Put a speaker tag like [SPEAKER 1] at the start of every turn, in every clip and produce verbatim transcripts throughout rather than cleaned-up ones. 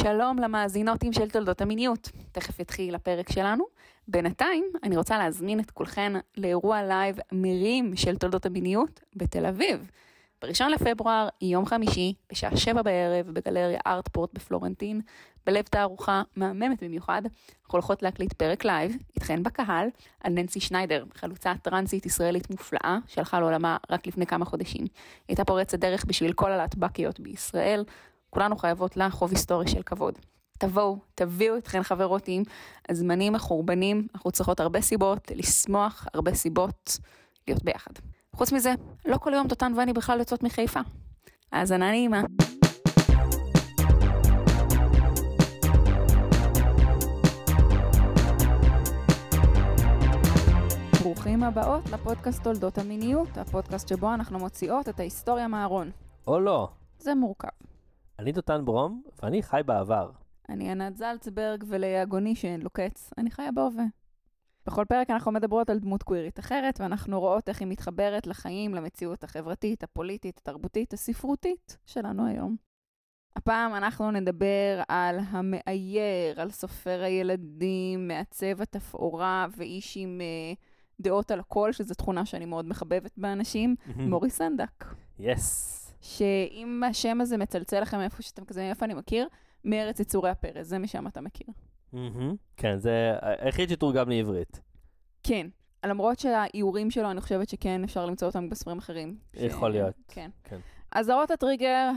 [SPEAKER 1] שלום למאזינותים של תולדות המיניות. תכף יתחיל הפרק שלנו. בינתיים אני רוצה להזמין את כולכן לאירוע לייב מרים של תולדות המיניות בתל אביב. בראשון לפברואר, יום חמישי, בשעה שבע בערב, בגלריה ארטפורט בפלורנטין, בלב תערוכה מהממת במיוחד, אנחנו הולכות להקליט פרק לייב, איתכן בקהל, על ננסי שניידר, חלוצה טרנסית ישראלית מופלאה, שהלכה לעולמה רק לפני כמה חודשים. היא הייתה פורצת דרך בשביל כל הלהטב"קיות בישראל, כולנו חייבות לה חוב היסטורי של כבוד. תבואו, תביאו אתכן חברותים, הזמנים החורבנים, אנחנו צריכות הרבה סיבות לשמוח, הרבה סיבות להיות ביחד. חוץ מזה, לא כל יום תותן ואני בכלל יוצאות מחיפה. אז ענה נעימה. ברוכים הבאות לפודקאסט תולדות המיניות, הפודקאסט שבו אנחנו מוציאות את ההיסטוריה מהארון.
[SPEAKER 2] או לא.
[SPEAKER 1] זה מורכב.
[SPEAKER 2] אני דותן ברום, ואני חי בעבר.
[SPEAKER 1] אני ענת זלצברג, ולאה גונישן, לוקץ, אני חיה בהווה. בכל פרק אנחנו מדברות על דמות קווירית אחרת, ואנחנו רואות איך היא מתחברת לחיים, למציאות החברתית, הפוליטית, התרבותית, הספרותית שלנו היום. הפעם אנחנו נדבר על המאייר, על סופר הילדים, מעצב התפאורה, ואיש עם uh, דעות על הכל, שזו תכונה שאני מאוד מחבבת באנשים, מורי סנדק.
[SPEAKER 2] יס.
[SPEAKER 1] שאם השם הזה מצלצל לכם איפה שאתם כזה, איפה אני מכיר, מארץ יצורי הפרס, זה משם אתה מכיר.
[SPEAKER 2] כן, זה היחיד שתורגם לעברית.
[SPEAKER 1] כן, למרות שהאיורים שלו, אני חושבת שכן אפשר למצוא אותם בספרים אחרים.
[SPEAKER 2] יכול להיות.
[SPEAKER 1] כן.
[SPEAKER 2] כן.
[SPEAKER 1] אז זרות הטריגר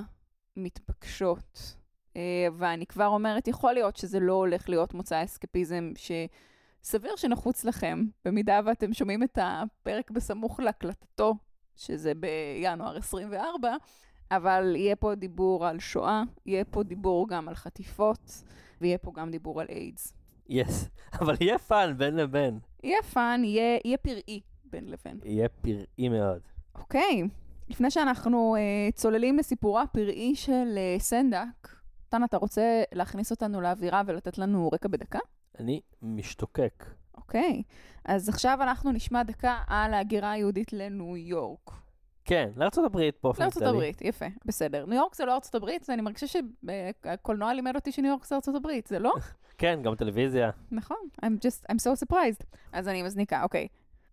[SPEAKER 1] המתבקשות, ואני כבר אומרת, יכול להיות שזה לא הולך להיות מוצא אסקפיזם שסביר שנחוץ לכם, במידה ואתם שומעים את הפרק בסמוך להקלטתו, שזה בינואר עשרים וארבע, אבל יהיה פה דיבור על שואה, יהיה פה דיבור גם על חטיפות, ויהיה פה גם דיבור על איידס.
[SPEAKER 2] יס, אבל יהיה פן בין לבין.
[SPEAKER 1] יהיה פן, יהיה, יהיה פראי בין לבין.
[SPEAKER 2] יהיה פראי מאוד.
[SPEAKER 1] אוקיי, לפני שאנחנו uh, צוללים לסיפורה הפראי של uh, סנדק, טן, אתה רוצה להכניס אותנו לאווירה ולתת לנו רקע בדקה?
[SPEAKER 2] אני משתוקק.
[SPEAKER 1] אוקיי, אז עכשיו אנחנו נשמע דקה על ההגירה היהודית לניו יורק.
[SPEAKER 2] כן, לארצות הברית באופן כללי.
[SPEAKER 1] לארצות הברית, יפה, בסדר. ניו יורק זה לא ארצות הברית, אני מרגישה שהקולנוע לימד אותי שניו יורק זה ארצות הברית, זה לא?
[SPEAKER 2] כן, גם טלוויזיה.
[SPEAKER 1] נכון, I'm just, I'm so surprised. אז אני מזניקה, אוקיי.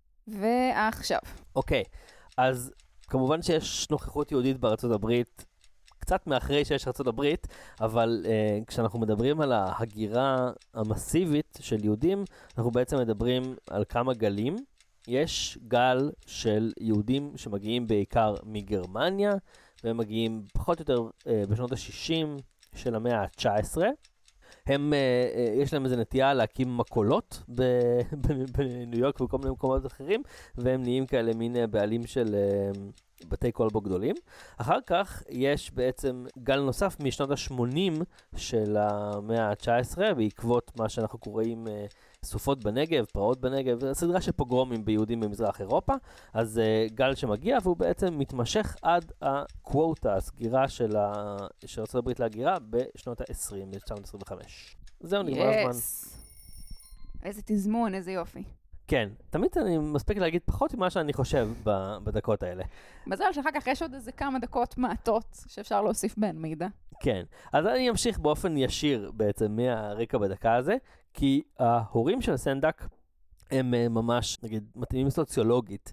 [SPEAKER 1] ועכשיו.
[SPEAKER 2] אוקיי, אז כמובן שיש נוכחות יהודית בארצות הברית, קצת מאחרי שיש ארצות הברית, אבל uh, כשאנחנו מדברים על ההגירה המסיבית של יהודים, אנחנו בעצם מדברים על כמה גלים. יש גל של יהודים שמגיעים בעיקר מגרמניה, והם מגיעים פחות או יותר uh, בשנות ה-שישים של המאה ה-תשע עשרה. הם, uh, uh, יש להם איזו נטייה להקים מקולות בניו יורק וכל מיני מקומות אחרים, והם נהיים כאלה מין בעלים של uh, בתי קולבו גדולים. אחר כך יש בעצם גל נוסף משנות ה-שמונים של המאה ה-תשע עשרה, בעקבות מה שאנחנו קוראים uh, סופות בנגב, פרעות בנגב, סדרה של פוגרומים ביהודים במזרח אירופה. אז uh, גל שמגיע והוא בעצם מתמשך עד הקווטה, הסגירה של, ה... של ארצות הברית להגירה בשנות ה-עשרים, אלף תשע מאות עשרים וחמש. זהו, נגמר הזמן.
[SPEAKER 1] איזה תזמון, איזה יופי.
[SPEAKER 2] כן, תמיד אני מספיק להגיד פחות ממה שאני חושב בדקות האלה.
[SPEAKER 1] מזל שאחר כך יש עוד איזה כמה דקות מעטות שאפשר להוסיף בהן מידע.
[SPEAKER 2] כן, אז אני אמשיך באופן ישיר בעצם מהרקע בדקה הזה, כי ההורים של סנדק הם ממש, נגיד, מתאימים סוציולוגית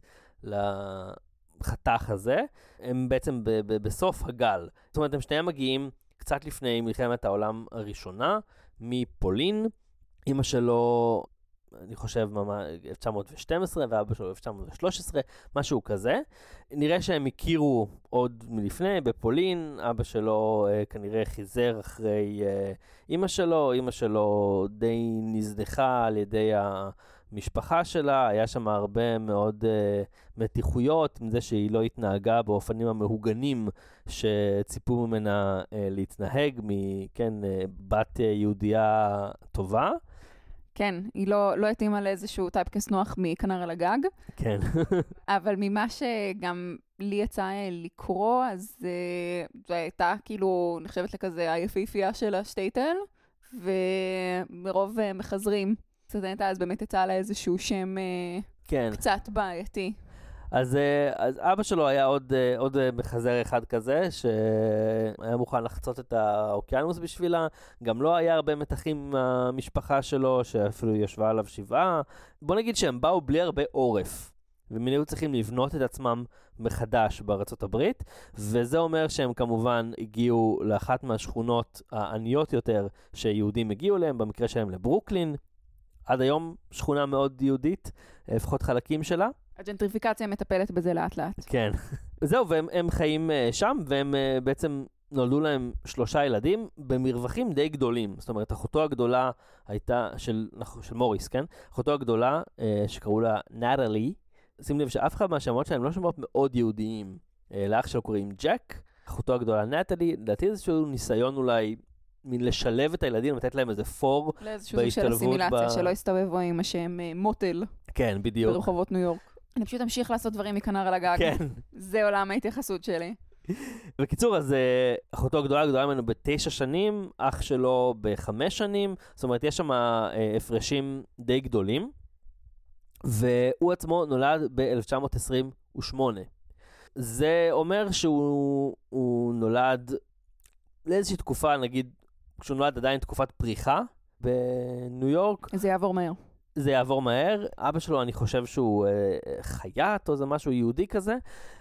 [SPEAKER 2] לחתך הזה, הם בעצם ב- ב- בסוף הגל. זאת אומרת, הם שניהם מגיעים קצת לפני מלחמת העולם הראשונה, מפולין, אמא שלו, אני חושב, אלף תשע מאות ושתים עשרה, ואבא שלו אלף תשע מאות ושלוש עשרה, משהו כזה. נראה שהם הכירו עוד מלפני, בפולין, אבא שלו אה, כנראה חיזר אחרי אה, אמא שלו, אמא שלו די נזנחה על ידי המשפחה שלה, היה שם הרבה מאוד אה, מתיחויות, עם זה שהיא לא התנהגה באופנים המהוגנים שציפו ממנה אה, להתנהג, מכן אה, בת אה, יהודייה טובה.
[SPEAKER 1] כן, היא לא, לא התאימה לאיזשהו טייפקס נוח מכנר על הגג.
[SPEAKER 2] כן.
[SPEAKER 1] אבל ממה שגם לי יצא לקרוא, אז זו הייתה כאילו נחשבת לכזה היפהפייה של השטייטל, ומרוב מחזרים, סטודנטה אז באמת יצא לה איזשהו שם כן. קצת בעייתי.
[SPEAKER 2] אז, אז אבא שלו היה עוד, עוד מחזר אחד כזה, שהיה מוכן לחצות את האוקיינוס בשבילה, גם לא היה הרבה מתחים עם המשפחה שלו, שאפילו ישבה עליו שבעה. בוא נגיד שהם באו בלי הרבה עורף, והם היו צריכים לבנות את עצמם מחדש בארצות הברית, וזה אומר שהם כמובן הגיעו לאחת מהשכונות העניות יותר שיהודים הגיעו להם, במקרה שלהם לברוקלין, עד היום שכונה מאוד יהודית, לפחות חלקים שלה.
[SPEAKER 1] הג'נטריפיקציה מטפלת בזה לאט לאט.
[SPEAKER 2] כן. זהו, והם הם חיים uh, שם, והם uh, בעצם נולדו להם שלושה ילדים במרווחים די גדולים. זאת אומרת, אחותו הגדולה הייתה של, של מוריס, כן? אחותו הגדולה, uh, שקראו לה נטלי, שים לב שאף אחד מהשמות שלהם לא שמות מאוד יהודיים. Uh, לאח שלו קוראים ג'ק, אחותו הגדולה נטלי, לדעתי איזשהו ניסיון אולי מן לשלב את הילדים, לתת להם איזה פור בהשתלבות.
[SPEAKER 1] לאיזשהו סוג של אסימילציה, ב... שלא הסתובבו עם השם uh, מוטל.
[SPEAKER 2] כן, בדיוק.
[SPEAKER 1] ברחובות ניו יורק. אני פשוט אמשיך לעשות דברים מכנר על הגג.
[SPEAKER 2] כן. זה
[SPEAKER 1] עולם ההתייחסות שלי.
[SPEAKER 2] בקיצור, אז אחותו הגדולה גדולה ממנו בתשע שנים, אח שלו בחמש שנים, זאת אומרת, יש שם הפרשים די גדולים, והוא עצמו נולד ב-אלף תשע מאות עשרים ושמונה. זה אומר שהוא נולד לאיזושהי תקופה, נגיד, כשהוא נולד עדיין תקופת פריחה בניו יורק.
[SPEAKER 1] זה יעבור מהר.
[SPEAKER 2] זה יעבור מהר. אבא שלו, אני חושב שהוא אה, חייט, או זה משהו יהודי כזה.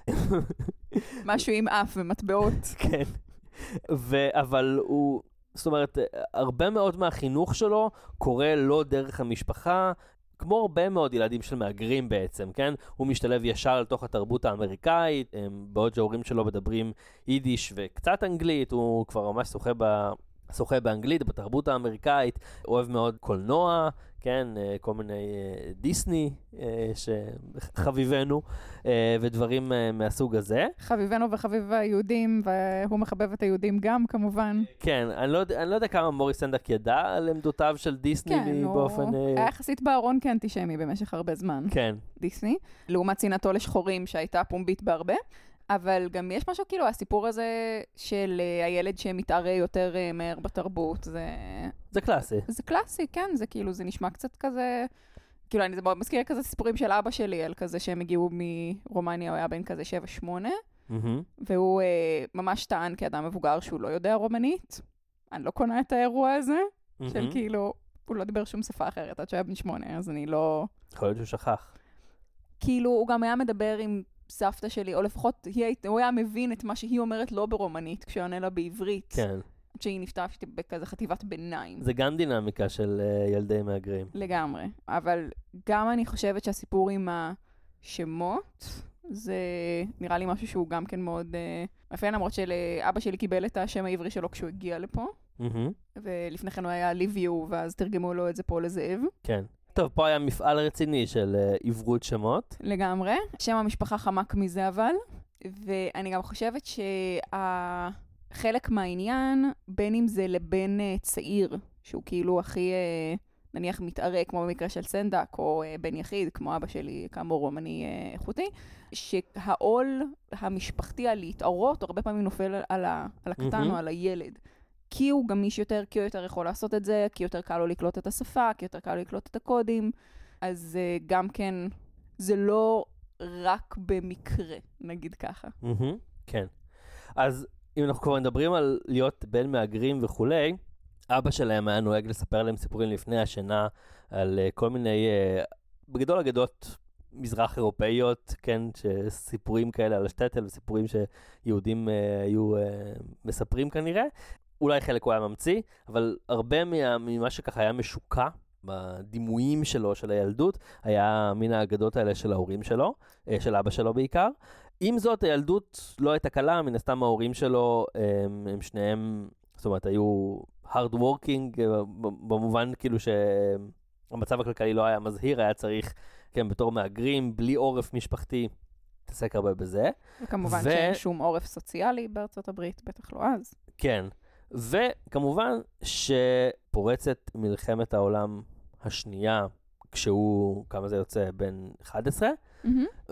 [SPEAKER 1] משהו עם אף ומטבעות.
[SPEAKER 2] כן. ו- אבל הוא, זאת אומרת, הרבה מאוד מהחינוך שלו קורה לא דרך המשפחה, כמו הרבה מאוד ילדים של מהגרים בעצם, כן? הוא משתלב ישר לתוך התרבות האמריקאית, בעוד שההורים שלו מדברים יידיש וקצת אנגלית, הוא כבר ממש שוחה ב... שוחה באנגלית, בתרבות האמריקאית, אוהב מאוד קולנוע, כן, כל מיני דיסני שחביבנו, ודברים מהסוג הזה.
[SPEAKER 1] חביבנו וחביב היהודים, והוא מחבב את היהודים גם, כמובן.
[SPEAKER 2] כן, אני לא, אני לא יודע כמה מוריס סנדק ידע על עמדותיו של דיסני
[SPEAKER 1] כן,
[SPEAKER 2] באופן...
[SPEAKER 1] הוא היה יחסית בארון כאנטישמי במשך הרבה זמן.
[SPEAKER 2] כן.
[SPEAKER 1] דיסני, לעומת צנעתו לשחורים שהייתה פומבית בהרבה. אבל גם יש משהו, כאילו, הסיפור הזה של uh, הילד שמתערה יותר uh, מהר בתרבות, זה...
[SPEAKER 2] זה קלאסי.
[SPEAKER 1] זה קלאסי, כן, זה כאילו, זה נשמע קצת כזה... כאילו, אני מזכיר כזה סיפורים של אבא שלי, על כזה שהם הגיעו מרומניה, הוא היה בן כזה שבע שמונה, mm-hmm. והוא uh, ממש טען כאדם מבוגר שהוא לא יודע רומנית. אני לא קונה את האירוע הזה, mm-hmm. של כאילו, הוא לא דיבר שום שפה אחרת, עד שהוא היה בן שמונה, אז אני לא...
[SPEAKER 2] יכול להיות שהוא שכח.
[SPEAKER 1] כאילו, הוא גם היה מדבר עם... סבתא שלי, או לפחות היא, הוא היה מבין את מה שהיא אומרת לא ברומנית, כשהוא עונה לה בעברית.
[SPEAKER 2] כן.
[SPEAKER 1] שהיא נפטרה בכזה חטיבת ביניים.
[SPEAKER 2] זה גם דינמיקה של uh, ילדי מהגרים.
[SPEAKER 1] לגמרי. אבל גם אני חושבת שהסיפור עם השמות, זה נראה לי משהו שהוא גם כן מאוד... Uh, מפעיל, למרות שאבא שלי קיבל את השם העברי שלו כשהוא הגיע לפה. Mm-hmm. ולפני כן הוא היה ליביו, ואז תרגמו לו את זה פה לזאב. כן.
[SPEAKER 2] טוב, פה היה מפעל רציני של uh, עברות שמות.
[SPEAKER 1] לגמרי. שם המשפחה חמק מזה אבל, ואני גם חושבת שהחלק מהעניין, בין אם זה לבן uh, צעיר, שהוא כאילו הכי, uh, נניח, מתערה, כמו במקרה של סנדק, או uh, בן יחיד, כמו אבא שלי, כאמור רומני uh, איכותי, שהעול המשפחתי על להתערות, הרבה פעמים נופל על, ה, על הקטן mm-hmm. או על הילד. כי הוא גמיש יותר, כי הוא יותר יכול לעשות את זה, כי יותר קל לו לקלוט את השפה, כי יותר קל לו לקלוט את הקודים. אז uh, גם כן, זה לא רק במקרה, נגיד ככה.
[SPEAKER 2] Mm-hmm, כן. אז אם אנחנו כבר מדברים על להיות בן מהגרים וכולי, אבא שלהם היה נוהג לספר להם סיפורים לפני השינה, על uh, כל מיני, uh, בגדול אגדות מזרח אירופאיות, כן, שסיפורים כאלה על השטטל, וסיפורים שיהודים uh, היו uh, מספרים כנראה. אולי חלק הוא היה ממציא, אבל הרבה ממה שככה היה משוקע בדימויים שלו, של הילדות, היה מן האגדות האלה של ההורים שלו, של אבא שלו בעיקר. עם זאת, הילדות לא הייתה קלה, מן הסתם ההורים שלו, הם, הם שניהם, זאת אומרת, היו hard working, במובן כאילו שהמצב הכלכלי לא היה מזהיר, היה צריך, כן, בתור מהגרים, בלי עורף משפחתי, תעסק הרבה בזה.
[SPEAKER 1] וכמובן ו... שאין שום עורף סוציאלי בארצות הברית, בטח לא אז.
[SPEAKER 2] כן. וכמובן שפורצת מלחמת העולם השנייה, כשהוא, כמה זה יוצא, בן אחת עשרה, mm-hmm.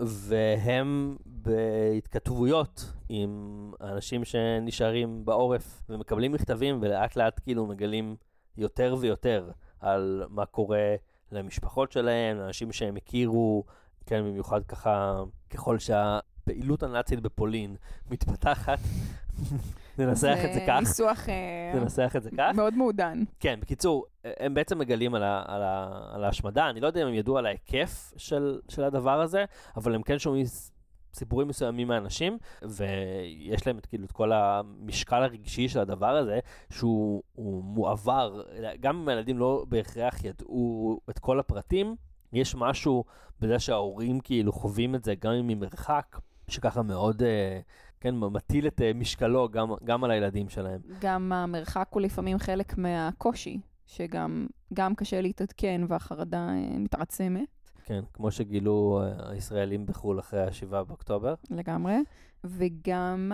[SPEAKER 2] והם בהתכתבויות עם האנשים שנשארים בעורף, ומקבלים מכתבים, ולאט לאט כאילו מגלים יותר ויותר על מה קורה למשפחות שלהם, לאנשים שהם הכירו, כן, במיוחד ככה, ככל שהפעילות הנאצית בפולין מתפתחת, ננסח את זה כך.
[SPEAKER 1] זה ניסוח
[SPEAKER 2] ננסח את זה כך.
[SPEAKER 1] מאוד מעודן.
[SPEAKER 2] כן, בקיצור, הם בעצם מגלים על, ה, על, ה, על ההשמדה. אני לא יודע אם הם ידעו על ההיקף של, של הדבר הזה, אבל הם כן שומעים סיפורים מסוימים מהאנשים, ויש להם את, כאילו, את כל המשקל הרגשי של הדבר הזה, שהוא מועבר. גם אם הילדים לא בהכרח ידעו את כל הפרטים, יש משהו בזה שההורים כאילו חווים את זה גם אם ממרחק, שככה מאוד, כן, מטיל את משקלו גם, גם על הילדים שלהם.
[SPEAKER 1] גם המרחק הוא לפעמים חלק מהקושי, שגם גם קשה להתעדכן והחרדה מתעצמת.
[SPEAKER 2] כן, כמו שגילו הישראלים בחול אחרי השבעה באוקטובר.
[SPEAKER 1] לגמרי. וגם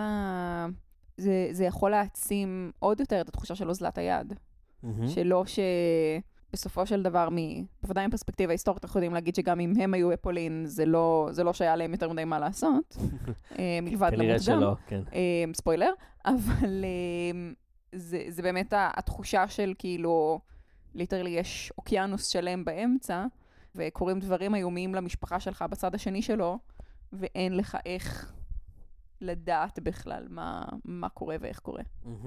[SPEAKER 1] זה, זה יכול להעצים עוד יותר את התחושה של אוזלת היד. Mm-hmm. שלא שבסופו של דבר, בוודאי עם פרספקטיבה היסטורית, אנחנו יודעים להגיד שגם אם הם היו בפולין, זה לא, זה לא שהיה להם יותר מדי מה לעשות. מלבד למות גם.
[SPEAKER 2] כנראה שלא, כן.
[SPEAKER 1] ספוילר. אבל זה, זה באמת התחושה של כאילו, ליטרלי יש אוקיינוס שלם באמצע, וקוראים דברים איומיים למשפחה שלך בצד השני שלו, ואין לך איך לדעת בכלל מה, מה קורה ואיך קורה.
[SPEAKER 2] Mm-hmm.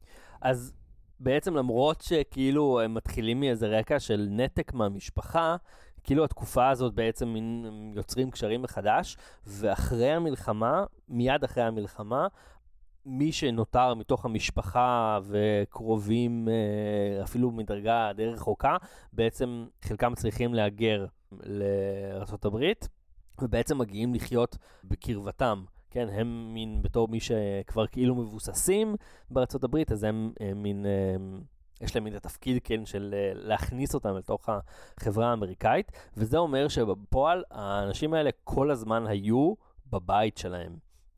[SPEAKER 2] אז בעצם למרות שכאילו הם מתחילים מאיזה רקע של נתק מהמשפחה, כאילו התקופה הזאת בעצם הם יוצרים קשרים מחדש, ואחרי המלחמה, מיד אחרי המלחמה, מי שנותר מתוך המשפחה וקרובים אפילו מדרגה די רחוקה, בעצם חלקם צריכים להגר לארצות הברית, ובעצם מגיעים לחיות בקרבתם. כן, הם מין בתור מי שכבר כאילו מבוססים בארצות הברית, אז הם, הם מין, הם, יש להם מין התפקיד, כן, של להכניס אותם לתוך החברה האמריקאית, וזה אומר שבפועל האנשים האלה כל הזמן היו בבית שלהם.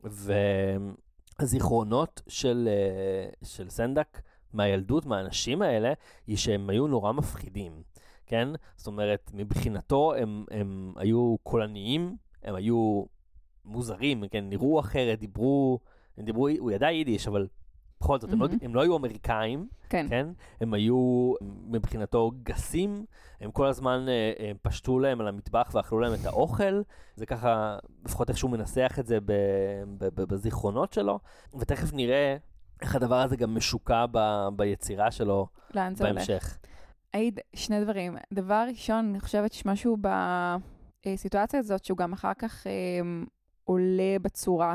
[SPEAKER 2] והזיכרונות של, של סנדק מהילדות, מהאנשים האלה, היא שהם היו נורא מפחידים. כן? זאת אומרת, מבחינתו הם, הם היו קולניים, הם היו מוזרים, כן? נראו אחרת, דיברו, הם דיברו, הוא ידע יידיש, אבל בכל זאת, mm-hmm. הם, לא, הם לא היו אמריקאים,
[SPEAKER 1] כן.
[SPEAKER 2] כן? הם היו מבחינתו גסים, הם כל הזמן הם פשטו להם על המטבח ואכלו להם את האוכל, זה ככה, לפחות איכשהו מנסח את זה ב, ב, ב, בזיכרונות שלו, ותכף נראה איך הדבר הזה גם משוקע ב, ביצירה שלו בהמשך.
[SPEAKER 1] עיד, שני דברים. דבר ראשון, אני חושבת שמשהו בסיטואציה הזאת, שהוא גם אחר כך אה, עולה בצורה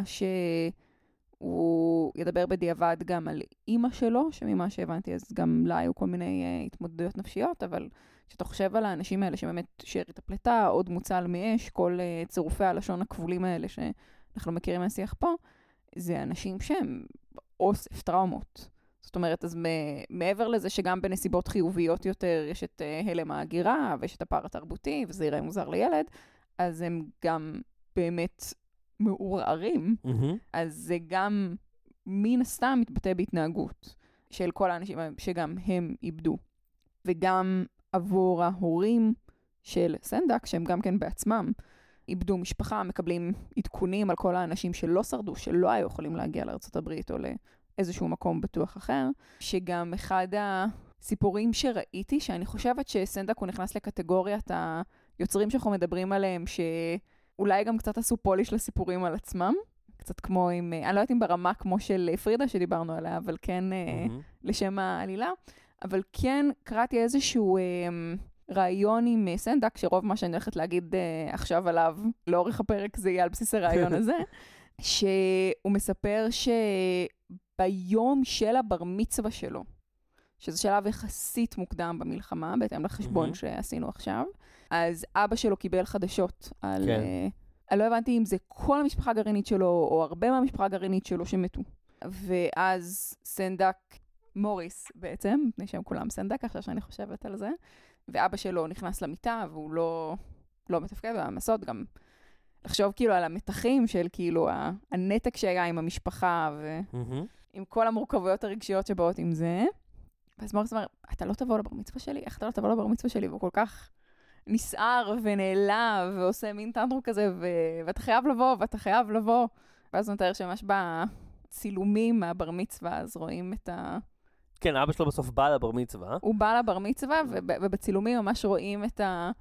[SPEAKER 1] שהוא ידבר בדיעבד גם על אימא שלו, שממה שהבנתי, אז גם לה היו כל מיני אה, התמודדויות נפשיות, אבל כשאתה חושב על האנשים האלה, שבאמת שארית הפלטה, עוד מוצל מאש, כל אה, צירופי הלשון הכבולים האלה שאנחנו מכירים מהשיח פה, זה אנשים שהם אוסף טראומות. זאת אומרת, אז מעבר לזה שגם בנסיבות חיוביות יותר יש את uh, הלם ההגירה ויש את הפער התרבותי, וזה יראה מוזר לילד, אז הם גם באמת מעורערים. Mm-hmm. אז זה גם מן הסתם מתבטא בהתנהגות של כל האנשים שגם הם איבדו. וגם עבור ההורים של סנדק, שהם גם כן בעצמם איבדו משפחה, מקבלים עדכונים על כל האנשים שלא שרדו, שלא היו יכולים להגיע לארצות הברית או ל... איזשהו מקום בטוח אחר, שגם אחד הסיפורים שראיתי, שאני חושבת שסנדק הוא נכנס לקטגוריית היוצרים שאנחנו מדברים עליהם, שאולי גם קצת עשו פוליש לסיפורים על עצמם, קצת כמו עם, אני לא יודעת אם ברמה כמו של פרידה שדיברנו עליה, אבל כן mm-hmm. לשם העלילה, אבל כן קראתי איזשהו רעיון עם סנדק, שרוב מה שאני הולכת להגיד עכשיו עליו, לאורך הפרק זה יהיה על בסיס הרעיון הזה, שהוא מספר ש... ביום של הבר מצווה שלו, שזה שלב יחסית מוקדם במלחמה, בהתאם לחשבון mm-hmm. שעשינו עכשיו, אז אבא שלו קיבל חדשות על... כן. Uh, אני לא הבנתי אם זה כל המשפחה הגרעינית שלו, או הרבה מהמשפחה הגרעינית שלו שמתו. ואז סנדק, מוריס בעצם, מפני שהם כולם סנדק, עכשיו שאני חושבת על זה, ואבא שלו נכנס למיטה, והוא לא, לא מתפקד, והמסות גם... לחשוב כאילו על המתחים של כאילו הנתק שהיה עם המשפחה ועם כל המורכבויות הרגשיות שבאות עם זה. ואז מוריס אומר, אתה לא תבוא לבר מצווה שלי? איך אתה לא תבוא לבר מצווה שלי? והוא כל כך נסער ונעלב ועושה מין טנטרום כזה, ו- ואתה חייב לבוא, ואתה חייב לבוא. ואז הוא נתאר שממש בצילומים מהבר מצווה, אז רואים את ה...
[SPEAKER 2] כן, אבא שלו בסוף בא לבר מצווה.
[SPEAKER 1] הוא בא לבר מצווה, וב- ובצילומים ממש רואים את ה...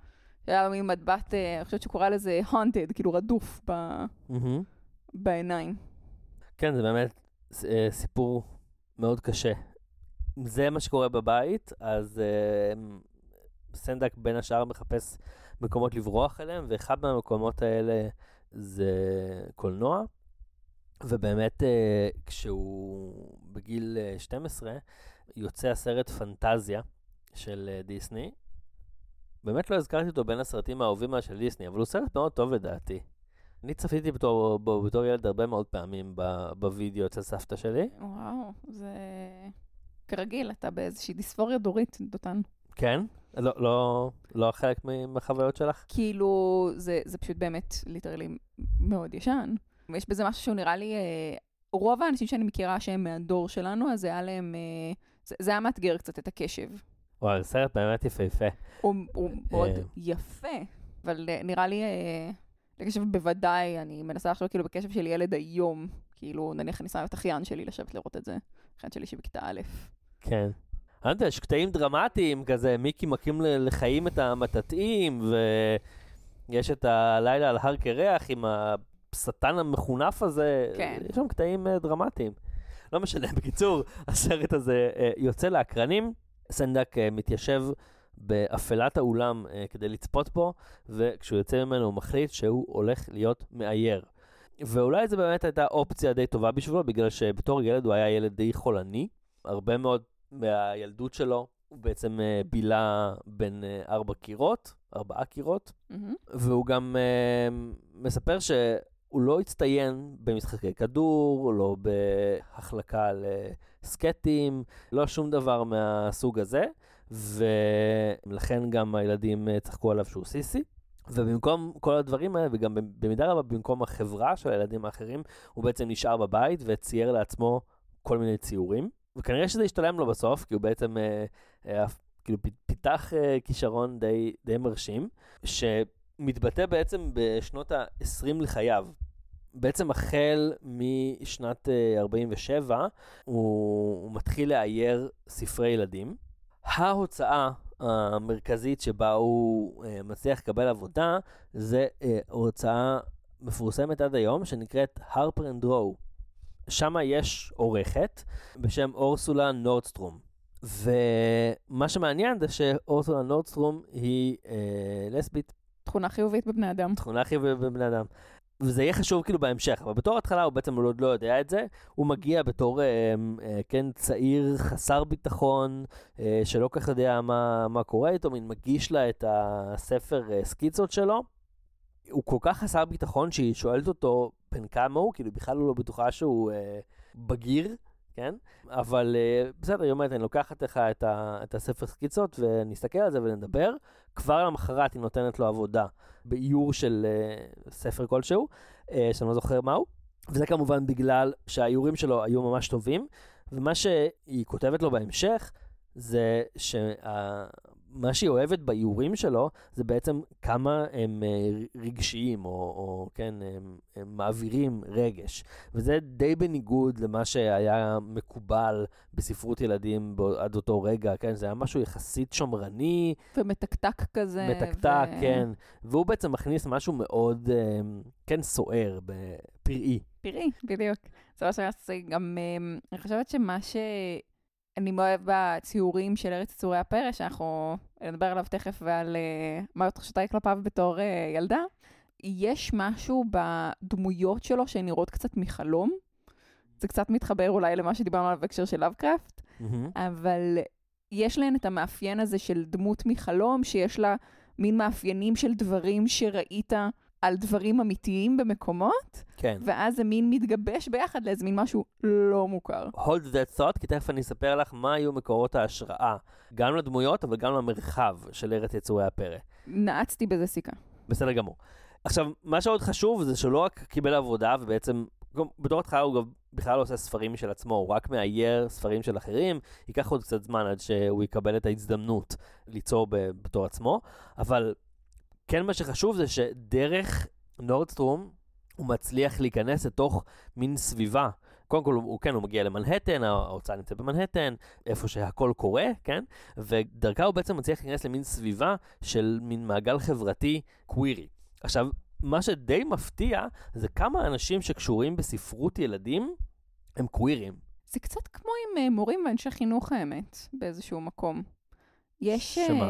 [SPEAKER 1] היה לו מין מטבעת, אני חושבת שקורא לזה haunted, כאילו רדוף ב...
[SPEAKER 2] Mm-hmm.
[SPEAKER 1] בעיניים.
[SPEAKER 2] כן, זה באמת אה, סיפור מאוד קשה. זה מה שקורה בבית, אז אה, סנדק בין השאר מחפש מקומות לברוח אליהם, ואחד מהמקומות האלה זה קולנוע, ובאמת אה, כשהוא בגיל אה, שתים עשרה יוצא הסרט פנטזיה של אה, דיסני. באמת לא הזכרתי אותו בין הסרטים האהובים של דיסני, אבל הוא סרט מאוד טוב לדעתי. אני צפיתי בתור, בתור ילד הרבה מאוד פעמים בווידאו אצל סבתא שלי.
[SPEAKER 1] וואו, זה כרגיל, אתה באיזושהי דיספוריה דורית, דותן.
[SPEAKER 2] כן? לא, לא, לא חלק מהחוויות שלך?
[SPEAKER 1] כאילו, זה, זה פשוט באמת ליטרלי מאוד ישן. יש בזה משהו שהוא נראה לי, אה, רוב האנשים שאני מכירה שהם מהדור שלנו, אז זה היה להם, אה, זה, זה היה מאתגר קצת את הקשב.
[SPEAKER 2] וואו, סרט באמת יפהפה.
[SPEAKER 1] הוא, הוא מאוד יפה, אבל נראה לי, אה, לקשב בוודאי, אני מנסה לחשוב כאילו בקשב של ילד היום, כאילו נניח אני שמה את אחיין שלי לשבת לראות את זה, אחיין שלי שבכיתה א'.
[SPEAKER 2] כן. אני יודע, יש קטעים דרמטיים כזה, מיקי מקים לחיים את המטאטאים, ויש את הלילה על הר קרח עם השטן המחונף הזה,
[SPEAKER 1] כן.
[SPEAKER 2] יש שם קטעים דרמטיים. לא משנה, בקיצור, הסרט הזה יוצא לאקרנים, סנדק מתיישב באפלת האולם כדי לצפות פה, וכשהוא יוצא ממנו הוא מחליט שהוא הולך להיות מאייר. ואולי זה באמת הייתה אופציה די טובה בשבילו, בגלל שבתור ילד הוא היה ילד די חולני, הרבה מאוד מהילדות שלו הוא בעצם בילה בין ארבע קירות, ארבעה קירות, mm-hmm. והוא גם uh, מספר שהוא לא הצטיין במשחקי כדור, לא בהחלקה לסקטים, לא שום דבר מהסוג הזה, ולכן גם הילדים צחקו עליו שהוא סיסי. ובמקום כל הדברים האלה, וגם במידה רבה במקום החברה של הילדים האחרים, הוא בעצם נשאר בבית וצייר לעצמו כל מיני ציורים. וכנראה שזה השתלם לו בסוף, כי הוא בעצם אה, אה, כאילו פיתח אה, כישרון די, די מרשים, שמתבטא בעצם בשנות ה-עשרים לחייו. בעצם החל משנת אה, ארבעים ושבע, הוא, הוא מתחיל לאייר ספרי ילדים. ההוצאה המרכזית שבה הוא אה, מצליח לקבל עבודה, זה אה, הוצאה מפורסמת עד היום, שנקראת הרפר אנד רו. שם יש עורכת בשם אורסולה נורדסטרום. ומה שמעניין זה שאורסולה נורדסטרום היא אה, לסבית.
[SPEAKER 1] תכונה חיובית בבני אדם.
[SPEAKER 2] תכונה חיובית בבני אדם. וזה יהיה חשוב כאילו בהמשך, אבל בתור התחלה הוא בעצם עוד לא יודע את זה. הוא מגיע בתור, אה, אה, כן, צעיר חסר ביטחון, אה, שלא כך יודע מה, מה קורה איתו, מין מגיש לה את הספר אה, סקיצות שלו. הוא כל כך חסר ביטחון שהיא שואלת אותו בן כמה הוא, כאילו בכלל הוא לא בטוחה שהוא אה, בגיר, כן? אבל אה, בסדר, היא אומרת, אני לוקחת לך את, ה, את הספר סקיצות ונסתכל על זה ונדבר. כבר למחרת היא נותנת לו עבודה באיור של אה, ספר כלשהו, אה, שאני לא זוכר מהו. וזה כמובן בגלל שהאיורים שלו היו ממש טובים, ומה שהיא כותבת לו בהמשך זה שה... מה שהיא אוהבת באיורים שלו, זה בעצם כמה הם רגשיים, או, או כן, הם, הם מעבירים רגש. וזה די בניגוד למה שהיה מקובל בספרות ילדים עד אותו רגע, כן? זה היה משהו יחסית שומרני.
[SPEAKER 1] ומתקתק כזה.
[SPEAKER 2] מתקתק,
[SPEAKER 1] ו...
[SPEAKER 2] כן. והוא בעצם מכניס משהו מאוד, כן, סוער, פראי.
[SPEAKER 1] פראי, בדיוק. זה מה שאני גם, אני חושבת שמה ש... אני מאוהב בציורים של ארץ יצורי הפרא, שאנחנו נדבר עליו תכף, ועל uh, מה תחושותיי כלפיו בתור uh, ילדה. יש משהו בדמויות שלו שנראות קצת מחלום. זה קצת מתחבר אולי למה שדיברנו עליו בהקשר של לאבקראפט, mm-hmm. אבל יש להן את המאפיין הזה של דמות מחלום, שיש לה מין מאפיינים של דברים שראית על דברים אמיתיים במקומות,
[SPEAKER 2] כן.
[SPEAKER 1] ואז זה מין מתגבש ביחד לאיזה מין משהו לא מוכר.
[SPEAKER 2] Hold that thought, כי תכף אני אספר לך מה היו מקורות ההשראה, גם לדמויות, אבל גם למרחב של ארץ יצורי הפרא.
[SPEAKER 1] נעצתי בזה סיכה.
[SPEAKER 2] בסדר גמור. עכשיו, מה שעוד חשוב זה שלא רק קיבל עבודה, ובעצם, בתור התחלה הוא בכלל לא עושה ספרים משל עצמו, הוא רק מאייר ספרים של אחרים, ייקח עוד קצת זמן עד שהוא יקבל את ההזדמנות ליצור בתור עצמו, אבל כן מה שחשוב זה שדרך נורדסטרום הוא מצליח להיכנס לתוך מין סביבה קודם כל, הוא, כן, הוא מגיע למנהטן, ההוצאה נמצאת במנהטן, איפה שהכל קורה, כן? ודרכה הוא בעצם מצליח להיכנס למין סביבה של מין מעגל חברתי קווירי. עכשיו, מה שדי מפתיע זה כמה אנשים שקשורים בספרות ילדים הם קווירים.
[SPEAKER 1] זה קצת כמו עם מורים ואנשי חינוך האמת, באיזשהו מקום. יש...
[SPEAKER 2] שמה?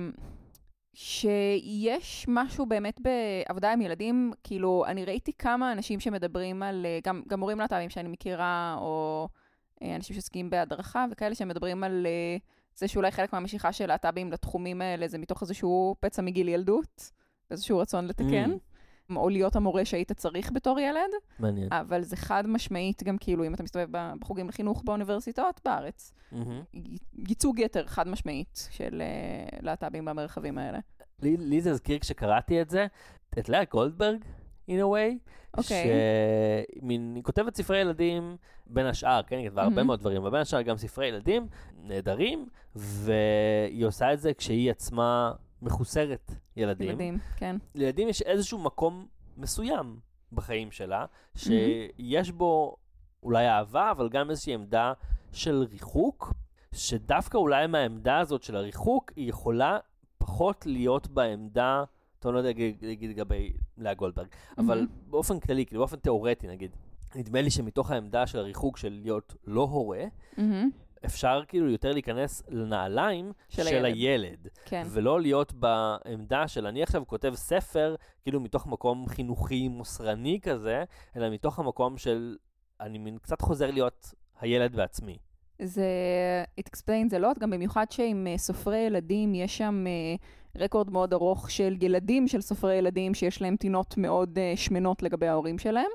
[SPEAKER 1] שיש משהו באמת בעבודה עם ילדים, כאילו, אני ראיתי כמה אנשים שמדברים על, גם, גם מורים להט"בים שאני מכירה, או אנשים שעוסקים בהדרכה, וכאלה שמדברים על זה שאולי חלק מהמשיכה של להט"בים לתחומים האלה, זה מתוך איזשהו פצע מגיל ילדות, איזשהו רצון לתקן, mm. או להיות המורה שהיית צריך בתור ילד.
[SPEAKER 2] מעניין.
[SPEAKER 1] אבל זה חד משמעית גם כאילו, אם אתה מסתובב בחוגים לחינוך באוניברסיטאות בארץ, mm-hmm. ייצוג יתר חד משמעית של uh, להט"בים במרחבים האלה.
[SPEAKER 2] לי, לי זה הזכיר כשקראתי את זה, את לאה גולדברג, in a way,
[SPEAKER 1] אוקיי.
[SPEAKER 2] שמין, היא כותבת ספרי ילדים בין השאר, כן, היא כתבה הרבה מאוד דברים, אבל בין השאר גם ספרי ילדים נהדרים, והיא עושה את זה כשהיא עצמה מחוסרת ילדים.
[SPEAKER 1] ילדים, כן.
[SPEAKER 2] לילדים יש איזשהו מקום מסוים בחיים שלה, שיש בו אולי אהבה, אבל גם איזושהי עמדה של ריחוק, שדווקא אולי מהעמדה הזאת של הריחוק, היא יכולה פחות להיות בעמדה, אתה לא יודע להגיד לגבי לאה גולדברג, אבל באופן כללי, כאילו באופן תיאורטי נגיד, נדמה לי שמתוך העמדה של הריחוק של להיות לא הורה, אפשר כאילו יותר להיכנס לנעליים של, של הילד, הילד.
[SPEAKER 1] כן.
[SPEAKER 2] ולא להיות בעמדה של אני עכשיו כותב ספר, כאילו מתוך מקום חינוכי מוסרני כזה, אלא מתוך המקום של אני מין קצת חוזר להיות הילד בעצמי.
[SPEAKER 1] זה, it explains a lot, גם במיוחד שעם סופרי ילדים יש שם רקורד מאוד ארוך של ילדים של סופרי ילדים שיש להם תינות מאוד שמנות לגבי ההורים שלהם.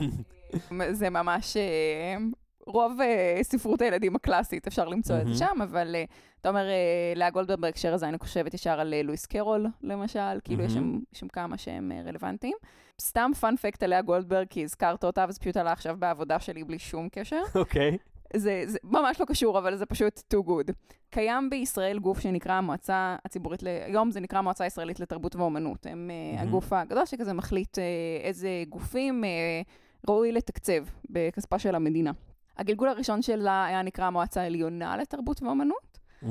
[SPEAKER 1] זה ממש רוב ספרות הילדים הקלאסית, אפשר למצוא את זה שם, אבל אתה אומר, לאה גולדברג בהקשר הזה, אני חושבת ישר על לואיס קרול, למשל, כאילו יש שם כמה שהם רלוונטיים. סתם פאנפקט על לאה גולדברג, כי הזכרת אותה, וזה פשוט עלה עכשיו בעבודה שלי בלי שום קשר.
[SPEAKER 2] אוקיי.
[SPEAKER 1] זה, זה ממש לא קשור, אבל זה פשוט too good. קיים בישראל גוף שנקרא המועצה הציבורית, היום זה נקרא המועצה הישראלית לתרבות ואומנות. הם mm-hmm. הגוף הגדול שכזה מחליט איזה גופים ראוי לתקצב בכספה של המדינה. הגלגול הראשון שלה היה נקרא המועצה העליונה לתרבות ואומנות, mm-hmm.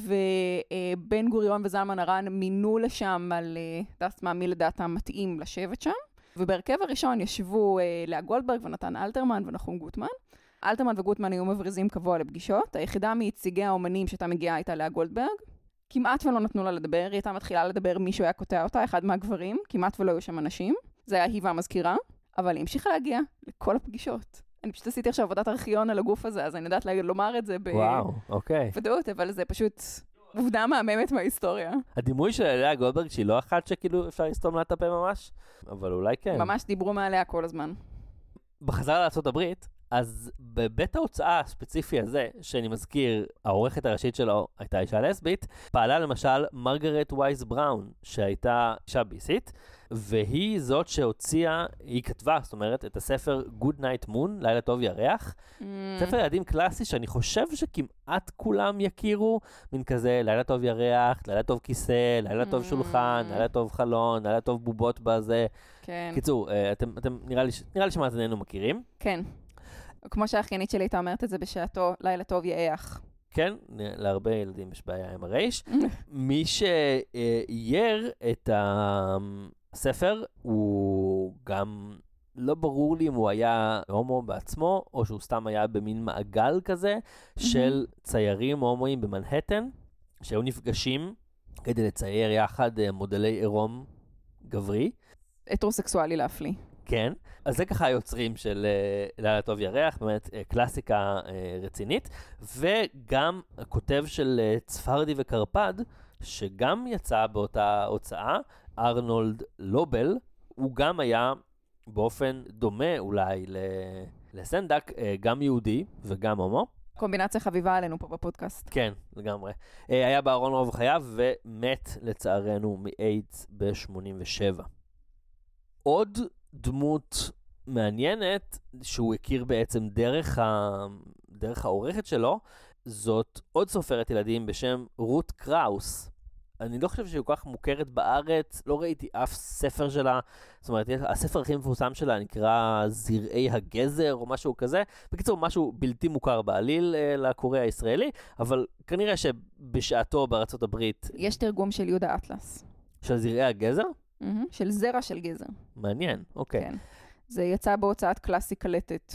[SPEAKER 1] ובן גוריון וזלמן הרן מינו לשם על דעת מה מי לדעתם מתאים לשבת שם, ובהרכב הראשון ישבו לאה גולדברג ונתן אלתרמן ונחום גוטמן. אלתרמן וגוטמן היו מבריזים קבוע לפגישות. היחידה מיציגי האומנים שאתה מגיעה הייתה לאה גולדברג. כמעט ולא נתנו לה לדבר, היא הייתה מתחילה לדבר, מישהו היה קוטע אותה, אחד מהגברים, כמעט ולא היו שם אנשים. זה היה היא והמזכירה, אבל היא המשיכה להגיע לכל הפגישות. אני פשוט עשיתי עכשיו עבודת ארכיון על הגוף הזה, אז אני יודעת לומר את זה ב...
[SPEAKER 2] וואו, אוקיי.
[SPEAKER 1] ודאות, אבל זה פשוט עובדה מהממת מההיסטוריה.
[SPEAKER 2] הדימוי של לאה גולדברג שהיא לא אחת שכאילו אפשר לסתום לה את הפה ממש, אבל אולי כן.
[SPEAKER 1] ממש דיברו מעליה כל הזמן.
[SPEAKER 2] בחזרה לארצות הברית, אז בבית ההוצאה הספציפי הזה, שאני מזכיר, העורכת הראשית שלו הייתה אישה לסבית, פעלה למשל מרגרט וייס בראון, שהייתה אישה ביסית, והיא זאת שהוציאה, היא כתבה, זאת אומרת, את הספר Good Night Moon, לילה טוב ירח, mm. ספר ילדים קלאסי שאני חושב שכמעט כולם יכירו, מין כזה לילה טוב ירח, לילה טוב כיסא, לילה טוב שולחן, לילה טוב חלון, לילה טוב בובות בזה.
[SPEAKER 1] כן.
[SPEAKER 2] קיצור, אתם, אתם נראה לי, נראה לי שמאזיננו מכירים.
[SPEAKER 1] כן. כמו שהאחיינית שלי הייתה אומרת את זה בשעתו, לילה טוב יאח.
[SPEAKER 2] כן, להרבה ילדים יש בעיה עם הרייש. מי שאייר את הספר, הוא גם לא ברור לי אם הוא היה הומו בעצמו, או שהוא סתם היה במין מעגל כזה, של ציירים הומואים במנהטן, שהיו נפגשים כדי לצייר יחד מודלי עירום גברי.
[SPEAKER 1] הטרוסקסואלי להפליא.
[SPEAKER 2] כן, אז זה ככה היוצרים של uh, לילה טוב ירח, באמת uh, קלאסיקה uh, רצינית, וגם הכותב של uh, צפרדי וקרפד, שגם יצא באותה הוצאה, ארנולד לובל, הוא גם היה באופן דומה אולי לסנדק, uh, גם יהודי וגם הומו.
[SPEAKER 1] קומבינציה חביבה עלינו פה בפודקאסט.
[SPEAKER 2] כן, לגמרי. Uh, היה בארון רוב חייו ומת לצערנו מאיידס ב-שמונים ושבע. עוד דמות מעניינת שהוא הכיר בעצם דרך, ה... דרך העורכת שלו, זאת עוד סופרת ילדים בשם רות קראוס. אני לא חושב שהיא כל כך מוכרת בארץ, לא ראיתי אף ספר שלה, זאת אומרת, הספר הכי מפורסם שלה נקרא זרעי הגזר או משהו כזה, בקיצור, משהו בלתי מוכר בעליל אה, לקורא הישראלי, אבל כנראה שבשעתו בארצות הברית...
[SPEAKER 1] יש תרגום של יהודה אטלס.
[SPEAKER 2] של זרעי הגזר?
[SPEAKER 1] Mm-hmm. של זרע של גזר.
[SPEAKER 2] מעניין, אוקיי.
[SPEAKER 1] כן. זה יצא בהוצאת קלאסי קלטת.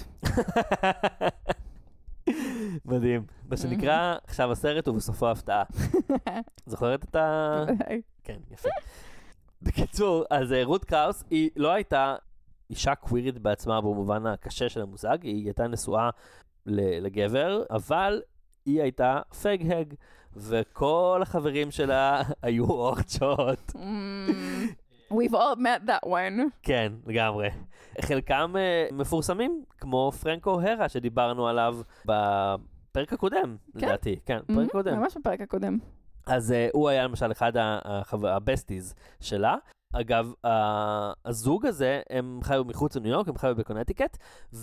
[SPEAKER 2] מדהים. מה שנקרא, עכשיו הסרט ובסופו ההפתעה. זוכרת את ה... כן, יפה. בקיצור, אז רות קראוס, היא לא הייתה אישה קווירית בעצמה במובן הקשה של המושג, היא הייתה נשואה לגבר, אבל היא הייתה פג-הג, וכל החברים שלה היו אורצ'ות.
[SPEAKER 1] We've all met that one.
[SPEAKER 2] כן, לגמרי. חלקם uh, מפורסמים, כמו פרנקו הרה, שדיברנו עליו בפרק הקודם, כן? לדעתי. כן, mm-hmm, פרק הקודם.
[SPEAKER 1] ממש בפרק הקודם.
[SPEAKER 2] אז uh, הוא היה למשל אחד הבסטיז שלה. אגב, uh, הזוג הזה, הם חיו מחוץ לניו יורק, הם חיו בקונטיקט,